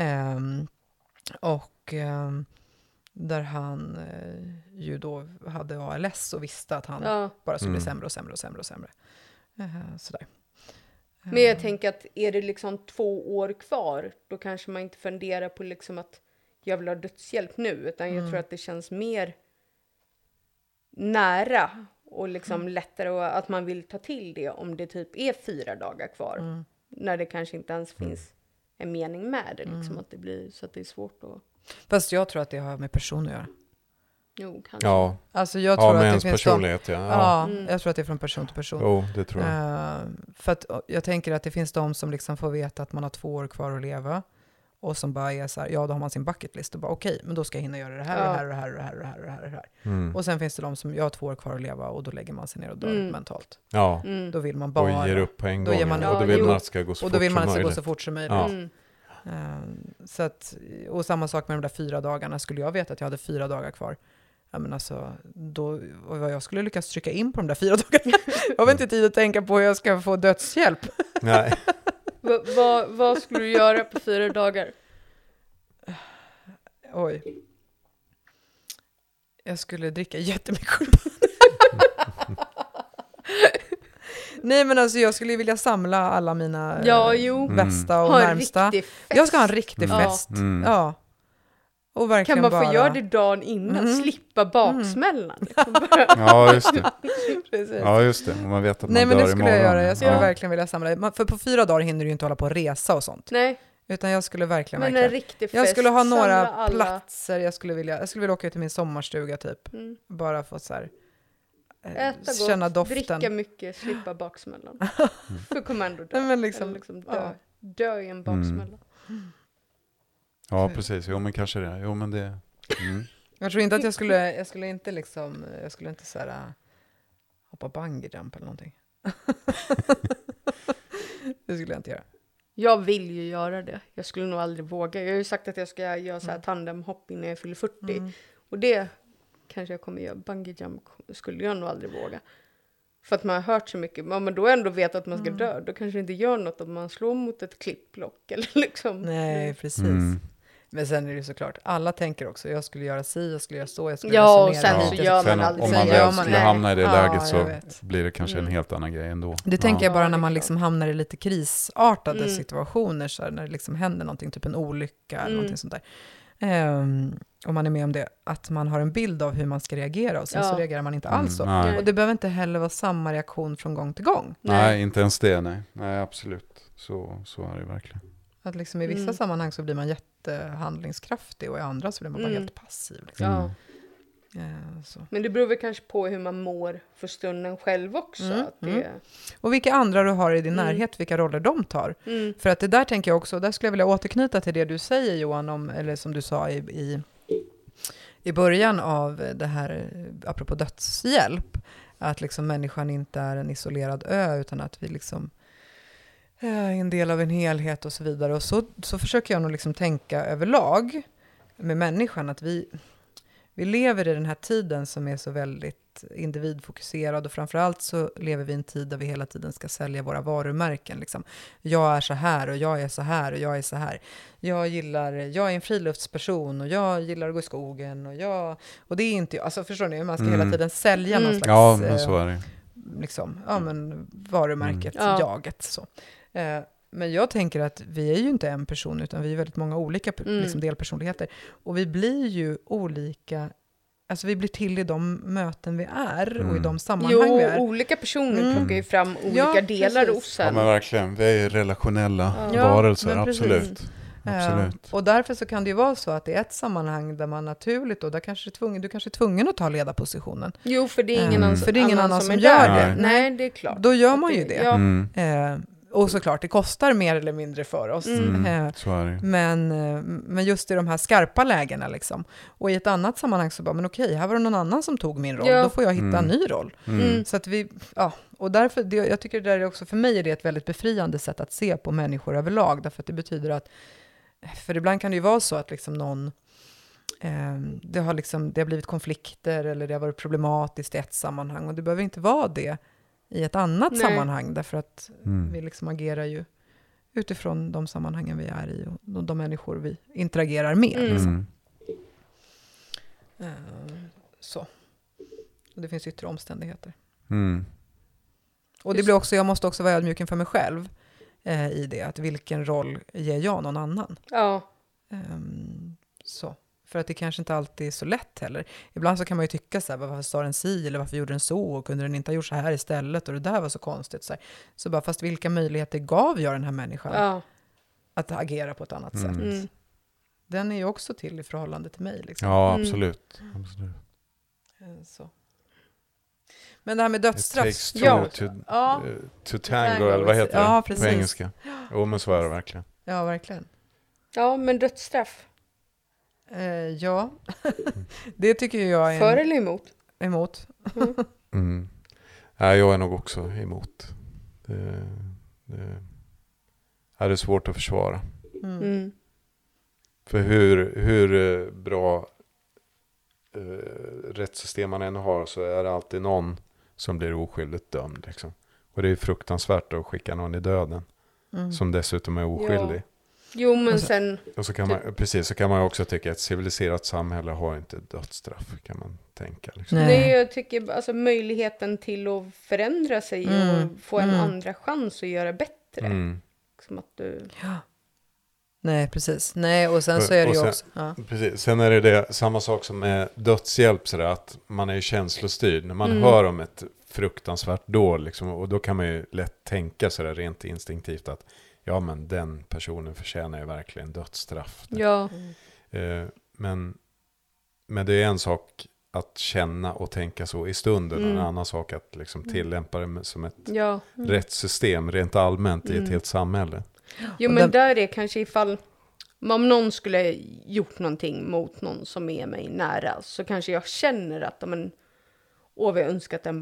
Där han ju då hade ALS och visste att han bara skulle bli sämre och sämre och sämre och sämre. Sådär. Men jag tänker att är det liksom 2 år kvar, då kanske man inte funderar på liksom att jag vill ha dödshjälp nu, utan jag tror att det känns mer nära och liksom lättare, och att man vill ta till det om det typ är 4 dagar kvar, när det kanske inte ens finns en mening med det, liksom, att det blir så att det är svårt att... Fast jag tror att det har med person att göra. Jo, kanske. Ja, alltså jag tror med att ens det finns personlighet. Jag tror att det är från person till person. Jo, det tror jag. För att jag tänker att det finns de som liksom får veta att man har 2 år kvar att leva. Och som bara är så här, då har man sin bucket list och bara okej, men då ska jag hinna göra det här och det här och det här och det här och det här och det här och det här. Och sen finns det de som, jag har 2 år kvar att leva, och då lägger man sig ner och dör mentalt. Ja. Då vill man bara... Och ger upp på en gång. Och då vill man att det ska gå så fort som möjligt. Och då vill man att det ska gå så fort som möjligt. Så att, och samma sak med de där 4 dagarna. Skulle jag veta att jag hade 4 dagar kvar, men alltså, då, vad jag skulle lyckas trycka in på de där 4 dagarna. Jag har inte tid att tänka på hur jag ska få dödshjälp. Nej. Vad skulle du göra på 4 dagar? Oj. Jag skulle dricka jättemycket. Nej, men alltså jag skulle vilja samla alla mina bästa och närmsta. Jag ska ha en riktig fest. Ja. Och verkligen kan man få göra det dagen innan, slippa baksmällan? Ja, just det. Ja, just det. Man vet att man dör imorgon. Nej, men det skulle jag göra. Jag skulle verkligen vilja samla. För på 4 dagar hinner du ju inte hålla på och resa och sånt. Nej. Utan jag skulle verkligen... Men en riktig fest. Jag skulle ha några alla platser. Jag skulle vilja åka ut till min sommarstuga typ. Bara få så här... Äta känna gott, doften. dricka mycket, slippa baksmällan. För kommando dö. Men liksom, dö i en baksmälla. Ja, precis. Jo, men kanske det. Jo, men det... Jag tror inte att jag skulle inte så här, hoppa bungee jump eller någonting. Det skulle jag inte göra. Jag vill ju göra det. Jag skulle nog aldrig våga. Jag har ju sagt att jag ska göra så här tandemhopp innan jag fyller 40. Och det kanske jag kommer göra. Bungee jump skulle jag nog aldrig våga. För att man har hört så mycket. Men då ändå vet att man ska dö. Då kanske det inte gör något om man slår mot ett klippblock. Eller liksom. Nej, precis. Men sen är det såklart, alla tänker också, jag skulle göra si, jag skulle göra så, jag skulle göra så. Och sen så gör man aldrig. Om man väl skulle hamna i det läget så blir det kanske en helt annan grej ändå. Det tänker jag bara när man liksom hamnar i lite krisartade situationer, så här, när det liksom händer någonting, typ en olycka eller någonting sånt där. Om man är med om det, att man har en bild av hur man ska reagera och sen så reagerar man inte alls så. Och det behöver inte heller vara samma reaktion från gång till gång. Nej, inte ens det, nej absolut. Så är det verkligen. Att liksom i vissa sammanhang så blir man jättehandlingskraftig och i andra så blir man bara helt passiv. Liksom. Så. Men det beror väl kanske på hur man mår för stunden själv också. Och vilka andra du har i din närhet, vilka roller de tar. För att det där tänker jag också, där skulle jag vilja återknyta till det du säger Johan, om, eller som du sa i början av det här, apropå dödshjälp, att liksom människan inte är en isolerad ö utan att vi liksom är en del av en helhet och så vidare. Och så försöker jag nog liksom tänka överlag med människan att vi lever i den här tiden som är så väldigt individfokuserad, och framförallt så lever vi i en tid där vi hela tiden ska sälja våra varumärken. Liksom. Jag är så här och jag är så här och jag är så här. Jag är en friluftsperson och jag gillar att gå i skogen och det är inte, alltså förstår ni, man ska hela tiden sälja någon slags ja, men så är det. Liksom, men varumärket, jaget så. Men jag tänker att vi är ju inte en person utan vi är väldigt många olika liksom, delpersonligheter. Och vi blir ju olika, alltså vi blir till i de möten vi är och i de sammanhang vi är. Olika personer plockar ju fram olika delar hos en. Ja, men verkligen. Vi är ju relationella varelser, absolut. Och därför så kan det ju vara så att det är ett sammanhang där man naturligt, och där kanske du kanske är tvungen att ta ledarpositionen. Jo, för det är ingen annan som gör det. Nej, det är klart. Då gör man ju det. Och såklart, det kostar mer eller mindre för oss. Så är det. Men just i de här skarpa lägena liksom. Och i ett annat sammanhang så bara, men okej, här var det någon annan som tog min roll. Då får jag hitta en ny roll. Så att och därför, jag tycker det där är också, för mig är det ett väldigt befriande sätt att se på människor överlag. Därför att det betyder att, för ibland kan det ju vara så att liksom någon, det har blivit konflikter eller det har varit problematiskt i ett sammanhang. Och det behöver inte vara det i ett annat sammanhang, därför att vi liksom agerar ju utifrån de sammanhangen vi är i och de människor vi interagerar med. Liksom. Så. Och det finns yttre omständigheter. Och det blir också, jag måste också vara ödmjuk inför mig själv i det, att vilken roll ger jag någon annan? Ja. Så. För att det kanske inte alltid är så lätt heller. Ibland så kan man ju tycka så här, varför sa den si eller varför gjorde den så och kunde den inte ha gjort så här istället och det där var så konstigt. Så bara, fast vilka möjligheter gav jag den här människan att agera på ett annat sätt? Den är ju också till i förhållande till mig. Liksom. Ja, absolut. Så. Men det här med dödsstraff. It takes to tango, eller vad heter det på engelska? Jo, men så är det verkligen. Ja, verkligen. Ja, men dödsstraff. Ja, det tycker jag är... För eller emot? Emot. Ja, jag är nog också emot. Det är svårt att försvara. För hur bra rättssystem man än har så är det alltid någon som blir oskyldigt dömd. Liksom. Och det är fruktansvärt att skicka någon i döden som dessutom är oskyldig. Ja. Jo, men sen... Och så kan så kan man också tycka att ett civiliserat samhälle har inte dödsstraff, kan man tänka. Liksom. Nej, jag tycker alltså möjligheten till att förändra sig och få en andra chans att göra bättre. Som att du... Ja. Nej, precis. Nej, och sen så är det ju också... Ja. Precis. Sen är det samma sak som med dödshjälp, sådär, att man är ju känslostyrd. När man hör om ett fruktansvärt dåd, liksom, och då kan man ju lätt tänka sådär rent instinktivt att ja men den personen förtjänar ju verkligen dödsstraff. Ja. Men det är en sak att känna och tänka så i stunden. En annan sak att liksom tillämpa det som ett rättssystem rent allmänt i ett helt samhälle. Jo, men där är kanske ifall om någon skulle gjort någonting mot någon som är mig nära, så kanske jag känner att jag önskar att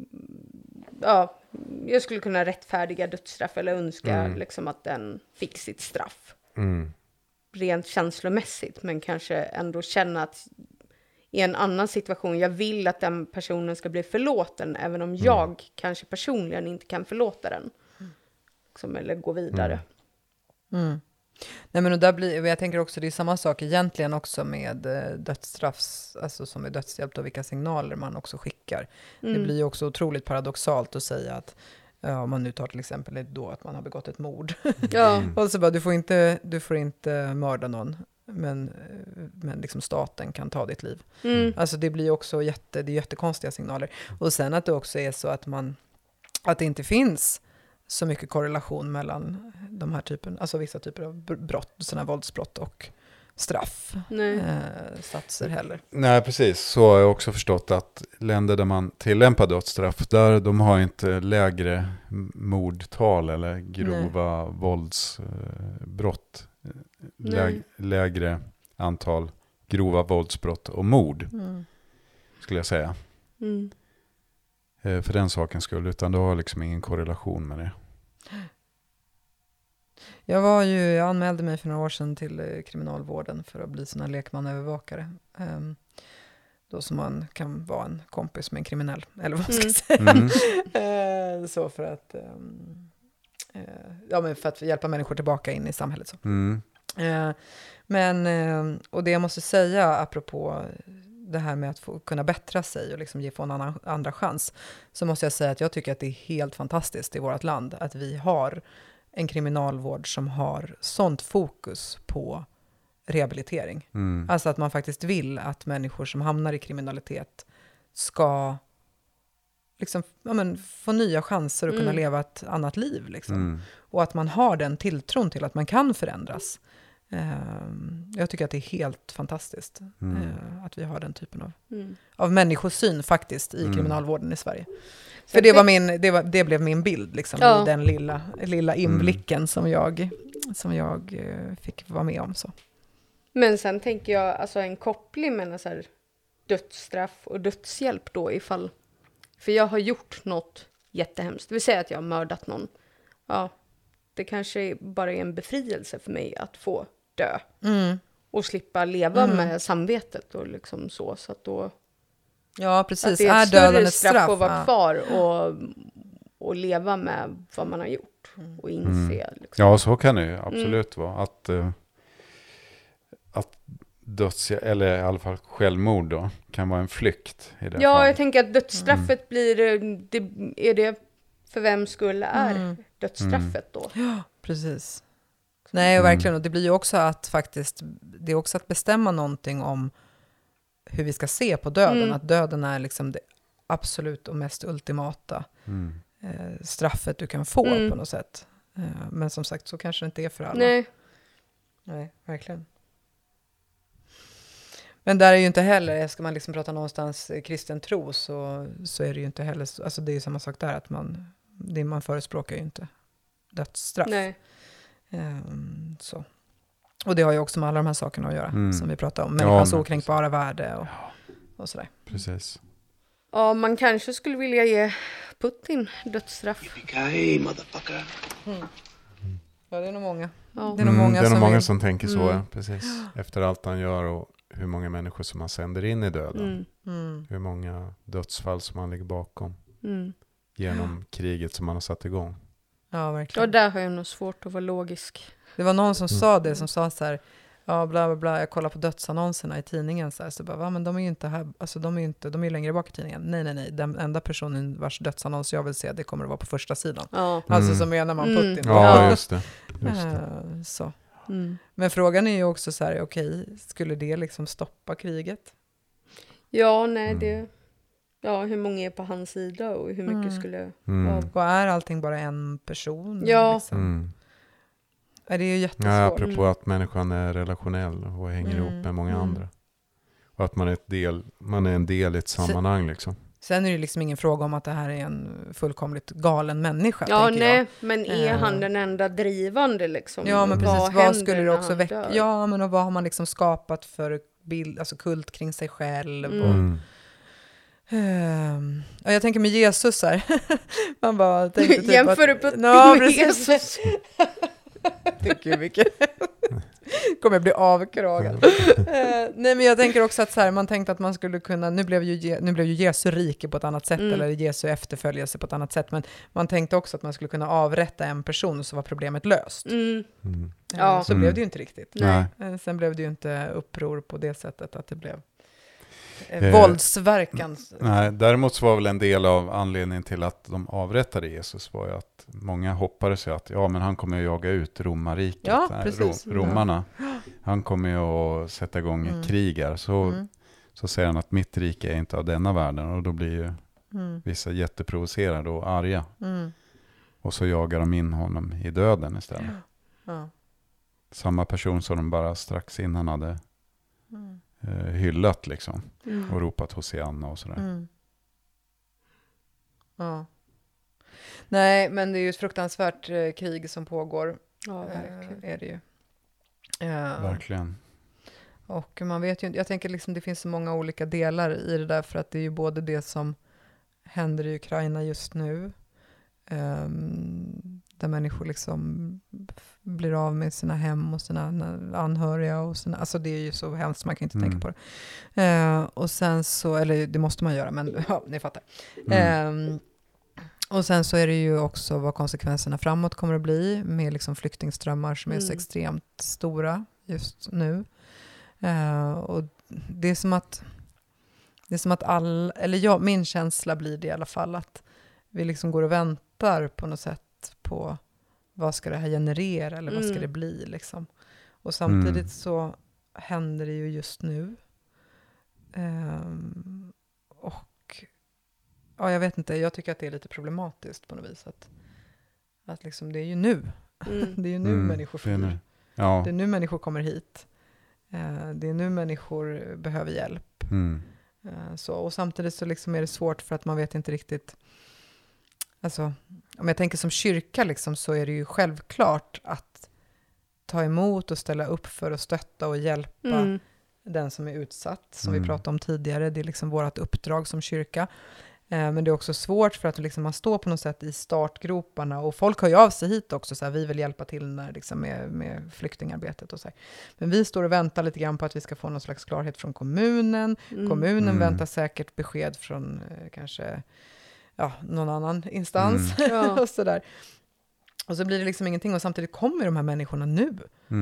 jag skulle kunna rättfärdiga dödsstraff eller önska liksom att den fick sitt straff. Rent känslomässigt, men kanske ändå känna att i en annan situation, jag vill att den personen ska bli förlåten, även om jag kanske personligen inte kan förlåta den. Liksom, eller gå vidare. Nej, men och där jag tänker också, det är samma sak egentligen också med dödsstraffs, alltså som är dödshjälp, och vilka signaler man också skickar. Det blir ju också otroligt paradoxalt att säga att om man nu tar till exempel då att man har begått ett mord. Och så bara, du får inte mörda någon, men liksom staten kan ta ditt liv. Alltså det blir också det är jättekonstiga signaler. Och sen att det också är så att det inte finns så mycket korrelation mellan de här alltså vissa typer av brott, sådana här våldsbrott och straff satser heller. Nej, precis. Så har jag också förstått att länder där man tillämpar dödsstraff, där de har inte lägre mordtal eller grova våldsbrott. Lägre antal grova våldsbrott och mord, skulle jag säga. För den sakens skull, utan det har liksom ingen korrelation med det. Jag anmälde mig för några år sedan till kriminalvården för att bli sån här lekmanövervakare. Då som man kan vara en kompis med en kriminell, eller vad man ska säga. Så för att för att hjälpa människor tillbaka in i samhället. Så. Och det jag måste säga apropå det här med att få kunna bättra sig och liksom få en andra chans, så måste jag säga att jag tycker att det är helt fantastiskt i vårt land att vi har en kriminalvård som har sånt fokus på rehabilitering. Alltså att man faktiskt vill att människor som hamnar i kriminalitet ska liksom, få nya chanser att kunna leva ett annat liv. Liksom. Och att man har den tilltron till att man kan förändras. Jag tycker att det är helt fantastiskt att vi har den typen av människosyn faktiskt i kriminalvården i Sverige. För det blev min bild liksom, i den lilla inblicken som jag fick vara med om. Så. Men sen tänker jag alltså en koppling mellan så här dödsstraff och dödshjälp då ifall, för jag har gjort något jättehemskt, det vill säga att jag har mördat någon. Ja, det kanske bara är en befrielse för mig att få dö och slippa leva med samvetet och liksom så att då, ja, precis. att det är ett större straff att vara kvar och leva med vad man har gjort och inse. Liksom. Ja, så kan det ju absolut vara. Att eller i alla fall självmord då kan vara en flykt i det fallet. Jag tänker att dödsstraffet blir är det för vem skulle är dödsstraffet då? Ja, precis. Nej, och verkligen. Och det blir ju också att faktiskt, det är också att bestämma någonting om hur vi ska se på döden. Att döden är liksom det absolut och mest ultimata straffet du kan få på något sätt. Men som sagt, så kanske det inte är för alla. Nej, verkligen. Men där är ju inte heller, ska man liksom prata någonstans kristen tro, så är det ju inte heller, alltså det är ju samma sak där, att man förespråkar ju inte dödsstraff. Nej. Så. Och det har ju också med alla de här sakerna att göra som vi pratar om. Människans okränkbara värde och sådär. Precis. Ja, man kanske skulle vilja ge Putin dödsstraff. Ja, det är nog många. Det är nog många som tänker så, precis. Efter allt han gör och hur många människor som han sänder in i döden. Hur många dödsfall som han ligger bakom. Genom kriget som han har satt igång. Ja, verkligen. Och där har jag nog svårt att vara logisk. Det var någon som sa det, som sa så här, ja, bla bla bla, jag kollar på dödsannonserna i tidningen så bara, va, men de är ju inte här, alltså de är ju längre bak i tidningen. Nej, den enda personen vars dödsannons jag vill se, det kommer att vara på första sidan. Alltså så menar man Putin. Ja, just det. Så. Men frågan är ju också så här, okej, skulle det liksom stoppa kriget? Ja, nej, hur många är på hans sida och hur mycket skulle... Och är allting bara en person? Ja. Liksom? Det är ju jättesvårt. Ja, apropå att människan är relationell och hänger ihop med många andra. Och att man är en del i ett sammanhang liksom. Sen är det liksom ingen fråga om att det här är en fullkomligt galen människa. Ja, nej, men är han den enda drivande liksom? Ja, men precis. Vad skulle det också väcka? Ja, men och vad har man liksom skapat för bild, alltså kult kring sig själv? Och, jag tänker med Jesus här. Man bara tänkte typ jämför du på med Jesus? Gud, vilket... kommer jag bli avkragad. Nej, men jag tänker också att så här, man tänkte att man skulle kunna, nu blev ju Jesu rike på ett annat sätt, eller Jesu efterföljelse på ett annat sätt, men man tänkte också att man skulle kunna avrätta en person så var problemet löst. Så blev det ju inte riktigt. Nej. Sen blev det ju inte uppror på det sättet att det blev våldsverkan. Nej, däremot var väl en del av anledningen till att de avrättade Jesus var ju att många hoppades ju att men han kommer att jaga ut romarriket. Ja, precis. Romarna. Han kommer ju att sätta igång krigar. Så säger han att mitt rike är inte av denna världen, och då blir ju vissa jätteprovocerade och arga. Och så jagar de in honom i döden istället. Samma person som de bara strax innan hade hyllat liksom. Och ropat Hosianna och sådär. Ja. Nej, men det är ju ett fruktansvärt krig som pågår. Ja, verkligen. Är det ju. Verkligen. Och man vet ju inte, jag tänker liksom det finns så många olika delar i det där, för att det är ju både det som händer i Ukraina just nu, där människor liksom blir av med sina hem och sina anhöriga och sina, alltså det är ju så hemskt, man kan inte tänka på det. Och sen så, eller det måste man göra, men ja, ni fattar. Och sen så är det ju också vad konsekvenserna framåt kommer att bli med liksom flyktingströmmar som är så extremt stora just nu. Och det är som att min känsla blir det i alla fall, att vi liksom går och väntar på något sätt på vad ska det här generera, eller vad ska det bli liksom. Och samtidigt så händer det ju just nu. Och ja, jag vet inte, jag tycker att det är lite problematiskt på något vis, att liksom det är ju nu. Det är ju nu människor flyr. Ja. Det är nu människor kommer hit. Det är nu människor behöver hjälp. Så, och samtidigt så liksom är det svårt, för att man vet inte riktigt, alltså om jag tänker som kyrka liksom, så är det ju självklart att ta emot och ställa upp för att stötta och hjälpa den som är utsatt, som vi pratade om tidigare. Det är liksom vårt uppdrag som kyrka. Men det är också svårt för att liksom man står på något sätt i startgroparna, och folk hör ju av sig hit också, så här, vi vill hjälpa till när, liksom, med flyktingarbetet och så här. Men vi står och väntar lite grann på att vi ska få någon slags klarhet från kommunen. Kommunen väntar säkert besked från kanske någon annan instans och så där. Och så blir det liksom ingenting, och samtidigt kommer de här människorna nu.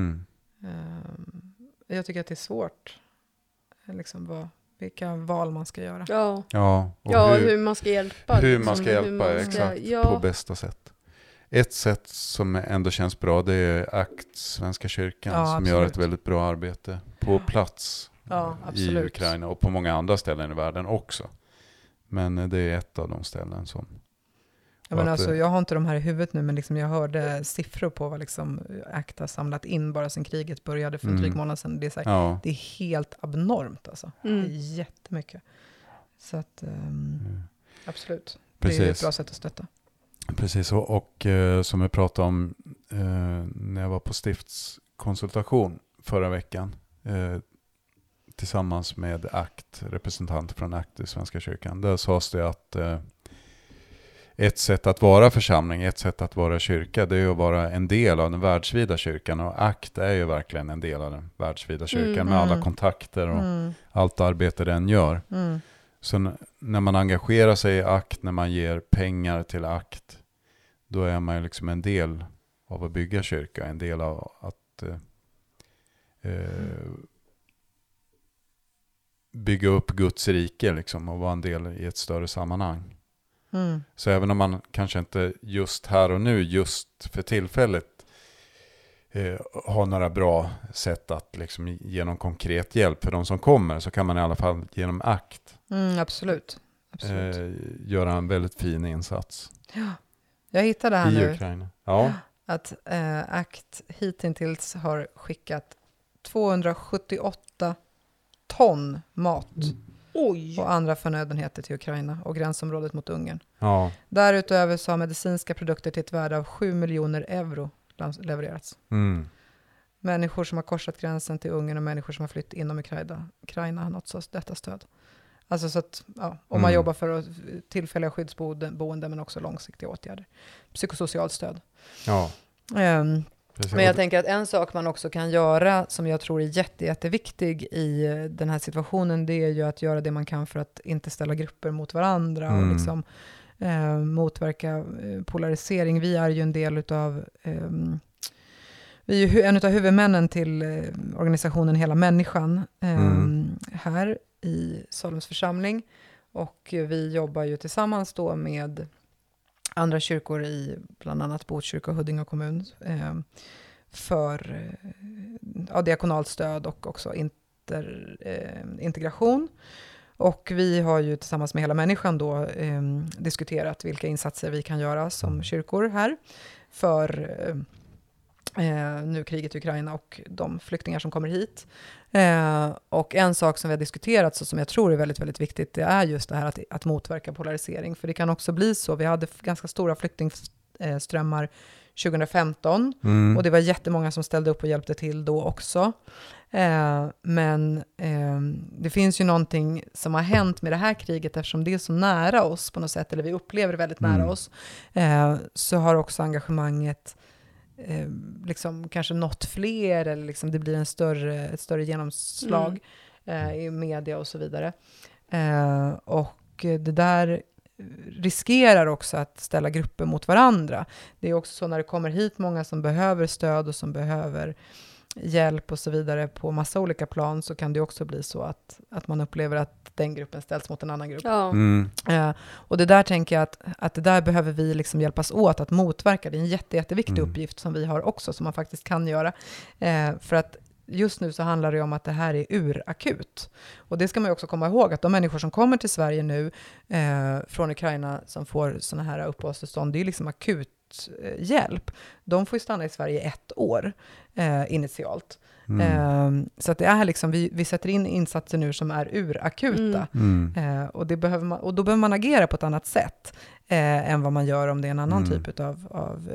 Jag tycker att det är svårt liksom vilka val man ska göra. Hur man ska hjälpa. Hur man ska hjälpa, exakt, på bästa sätt. Ett sätt som ändå känns bra, det är ACT, Svenska kyrkan, som gör ett väldigt bra arbete på plats i Ukraina och på många andra ställen i världen också. Men det är ett av de ställen som... Men alltså, jag har inte de här i huvudet nu, men liksom jag hörde siffror på vad liksom ACT har samlat in bara sedan kriget började för en dryg månad sedan. Det är, så här, det är helt abnormt alltså. Det är jättemycket. Så att absolut, det är ett bra sätt att stötta. Precis, och som jag pratade om när jag var på stiftskonsultation förra veckan tillsammans med ACT, representanter från ACT i Svenska kyrkan. Där sades det att ett sätt att vara församling, ett sätt att vara kyrka, det är att vara en del av den världsvida kyrkan. Och ACT är ju verkligen en del av den världsvida kyrkan med alla kontakter och allt arbete den gör. Så när man engagerar sig i ACT, när man ger pengar till ACT, då är man ju liksom en del av att bygga kyrka, en del av att bygga upp Guds rike liksom, och vara en del i ett större sammanhang. Så även om man kanske inte just här och nu, just för tillfället har några bra sätt att liksom ge någon konkret hjälp för de som kommer, så kan man i alla fall genom ACT absolut. Göra en väldigt fin insats. Jag hittade här i nu. Ukraina. att ACT hittills har skickat 278 ton mat och andra förnödenheter till Ukraina och gränsområdet mot Ungern. Ja. Därutöver så har medicinska produkter till ett värde av 7 miljoner euro levererats. Människor som har korsat gränsen till Ungern och människor som har flytt inom Ukraina har nått detta stöd. Alltså så att, om man jobbar för tillfälliga skyddsboenden men också långsiktiga åtgärder. Psykosocialt stöd. Ja. Men jag tänker att en sak man också kan göra som jag tror är jätteviktig i den här situationen, det är ju att göra det man kan för att inte ställa grupper mot varandra och liksom motverka polarisering. Vi är ju en del utav vi är ju en av huvudmännen till organisationen Hela Människan här i Salums församling, och vi jobbar ju tillsammans då med andra kyrkor i bland annat Botkyrka och Huddinge kommun för diakonalt stöd och också integration. Och vi har ju tillsammans med Hela Människan då diskuterat vilka insatser vi kan göra som kyrkor här för nu kriget i Ukraina och de flyktingar som kommer hit. Och en sak som vi har diskuterat så som jag tror är väldigt, väldigt viktigt, det är just det här att motverka polarisering. För det kan också bli så. Vi hade ganska stora flyktingströmmar 2015 och det var jättemånga som ställde upp och hjälpte till då också. Men det finns ju någonting som har hänt med det här kriget, eftersom det är så nära oss på något sätt, eller vi upplever det väldigt nära oss, så har också engagemanget liksom kanske nått fler, eller liksom det blir ett större genomslag i media och så vidare. Och det där riskerar också att ställa grupper mot varandra. Det är också så när det kommer hit många som behöver stöd och som behöver hjälp och så vidare på massa olika plan, så kan det också bli så att man upplever att den gruppen ställs mot en annan grupp. Ja. Och det där tänker jag att det där behöver vi liksom hjälpas åt att motverka. Det är en jätteviktig uppgift som vi har också, som man faktiskt kan göra. För att just nu så handlar det om att det här är urakut. Och det ska man ju också komma ihåg, att de människor som kommer till Sverige nu från Ukraina som får såna här uppehållstillstånd, det är liksom akut hjälp. De får ju stanna i Sverige 1 år initialt. Så att det är liksom, vi sätter in insatser nu som är urakuta. Och då behöver man agera på ett annat sätt än vad man gör om det är en annan typ av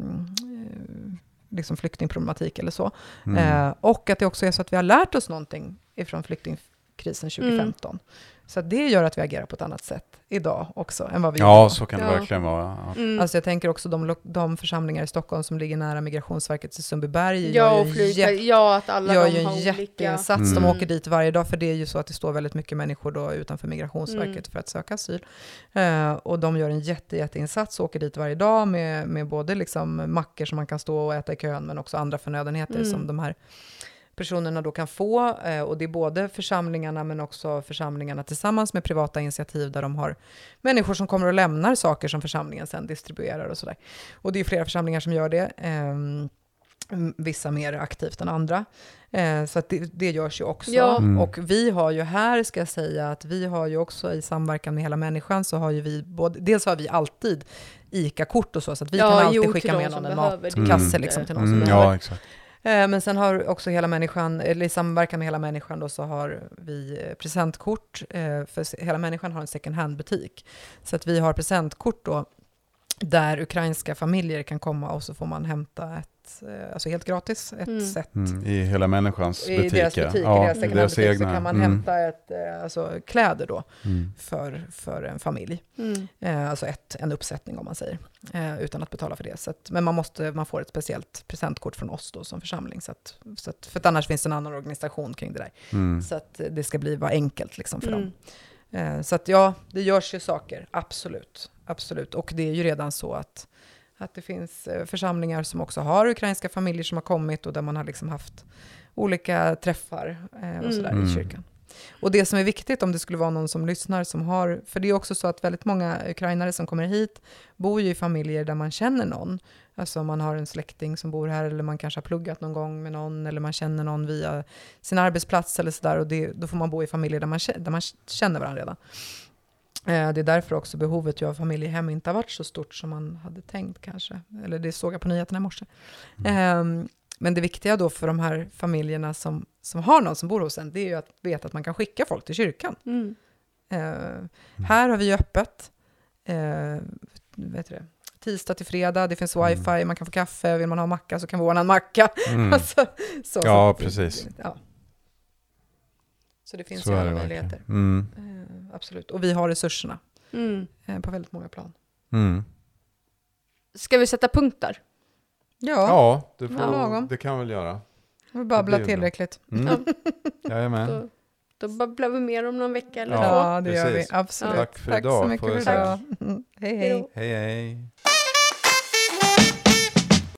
liksom flyktingproblematik eller så. Och att det också är så att vi har lärt oss någonting ifrån flyktingkrisen 2015. Så att det gör att vi agerar på ett annat sätt idag också än vad vi gjorde. Ja, så kan det verkligen vara. Ja. Alltså jag tänker också de församlingar i Stockholm som ligger nära Migrationsverket i Sundbyberg att alla gör de ju en har jätteinsats. De åker dit varje dag, för det är ju så att det står väldigt mycket människor då utanför Migrationsverket för att söka asyl. Och de gör en jätteinsats och åker dit varje dag med både liksom mackor som man kan stå och äta i kön, men också andra förnödenheter som de här personerna då kan få, och det är både församlingarna men också församlingarna tillsammans med privata initiativ där de har människor som kommer och lämnar saker som församlingen sen distribuerar och sådär. Och det är flera församlingar som gör det, vissa mer aktivt än andra. Så att det görs ju också. Ja. Och vi har ju här, ska jag säga, att vi har ju också i samverkan med Hela Människan, så har ju vi dels har vi alltid ICA-kort och så att vi kan alltid skicka med någon en matkasse liksom, till någon som behöver. Ja, exakt. Men sen har också Hela Människan, eller i samverkan med Hela Människan då, så har vi presentkort, för Hela Människan har en second hand-butik. Så att vi har presentkort då, där ukrainska familjer kan komma och så får man hämta alltså helt gratis, ett set. I Hela Människans butiker. I deras butiker, deras second hand-butik, så kan man hämta alltså kläder då för en familj. Alltså en uppsättning om man säger, utan att betala för det. Så att, men man får ett speciellt presentkort från oss då som församling. Så att, för att annars finns det en annan organisation kring det där. Så att det ska vara enkelt liksom för dem. Så att det görs ju saker, absolut. Och det är ju redan så att det finns församlingar som också har ukrainska familjer som har kommit, och där man har liksom haft olika träffar och sådär i kyrkan. Och det som är viktigt, om det skulle vara någon som lyssnar som har, för det är också så att väldigt många ukrainare som kommer hit bor ju i familjer där man känner någon. Alltså man har en släkting som bor här, eller man kanske har pluggat någon gång med någon, eller man känner någon via sin arbetsplats eller sådär, och då får man bo i familjer där man känner varandra redan. Det är därför också behovet av familjehem inte har varit så stort som man hade tänkt kanske. Eller det såg jag på nyheterna i morse. Men det viktiga då för de här familjerna som har någon som bor hos en, det är ju att veta att man kan skicka folk till kyrkan. Här har vi öppet. Vet du det? Tisdag till fredag, det finns wifi, man kan få kaffe, vill man ha macka så kan vi ordna en macka. Alltså, precis. Ja. Så det finns ju alla möjligheter. Absolut. Och vi har resurserna på väldigt många plan. Ska vi sätta punkt där? Ja, det kan väl göra. Vi babblar tillräckligt. Jajamän. Då babblar vi mer om någon vecka eller Ja, det gör vi. Absolut. Tack för idag. Tack så mycket för idag. Hej, hej. Hej, hej.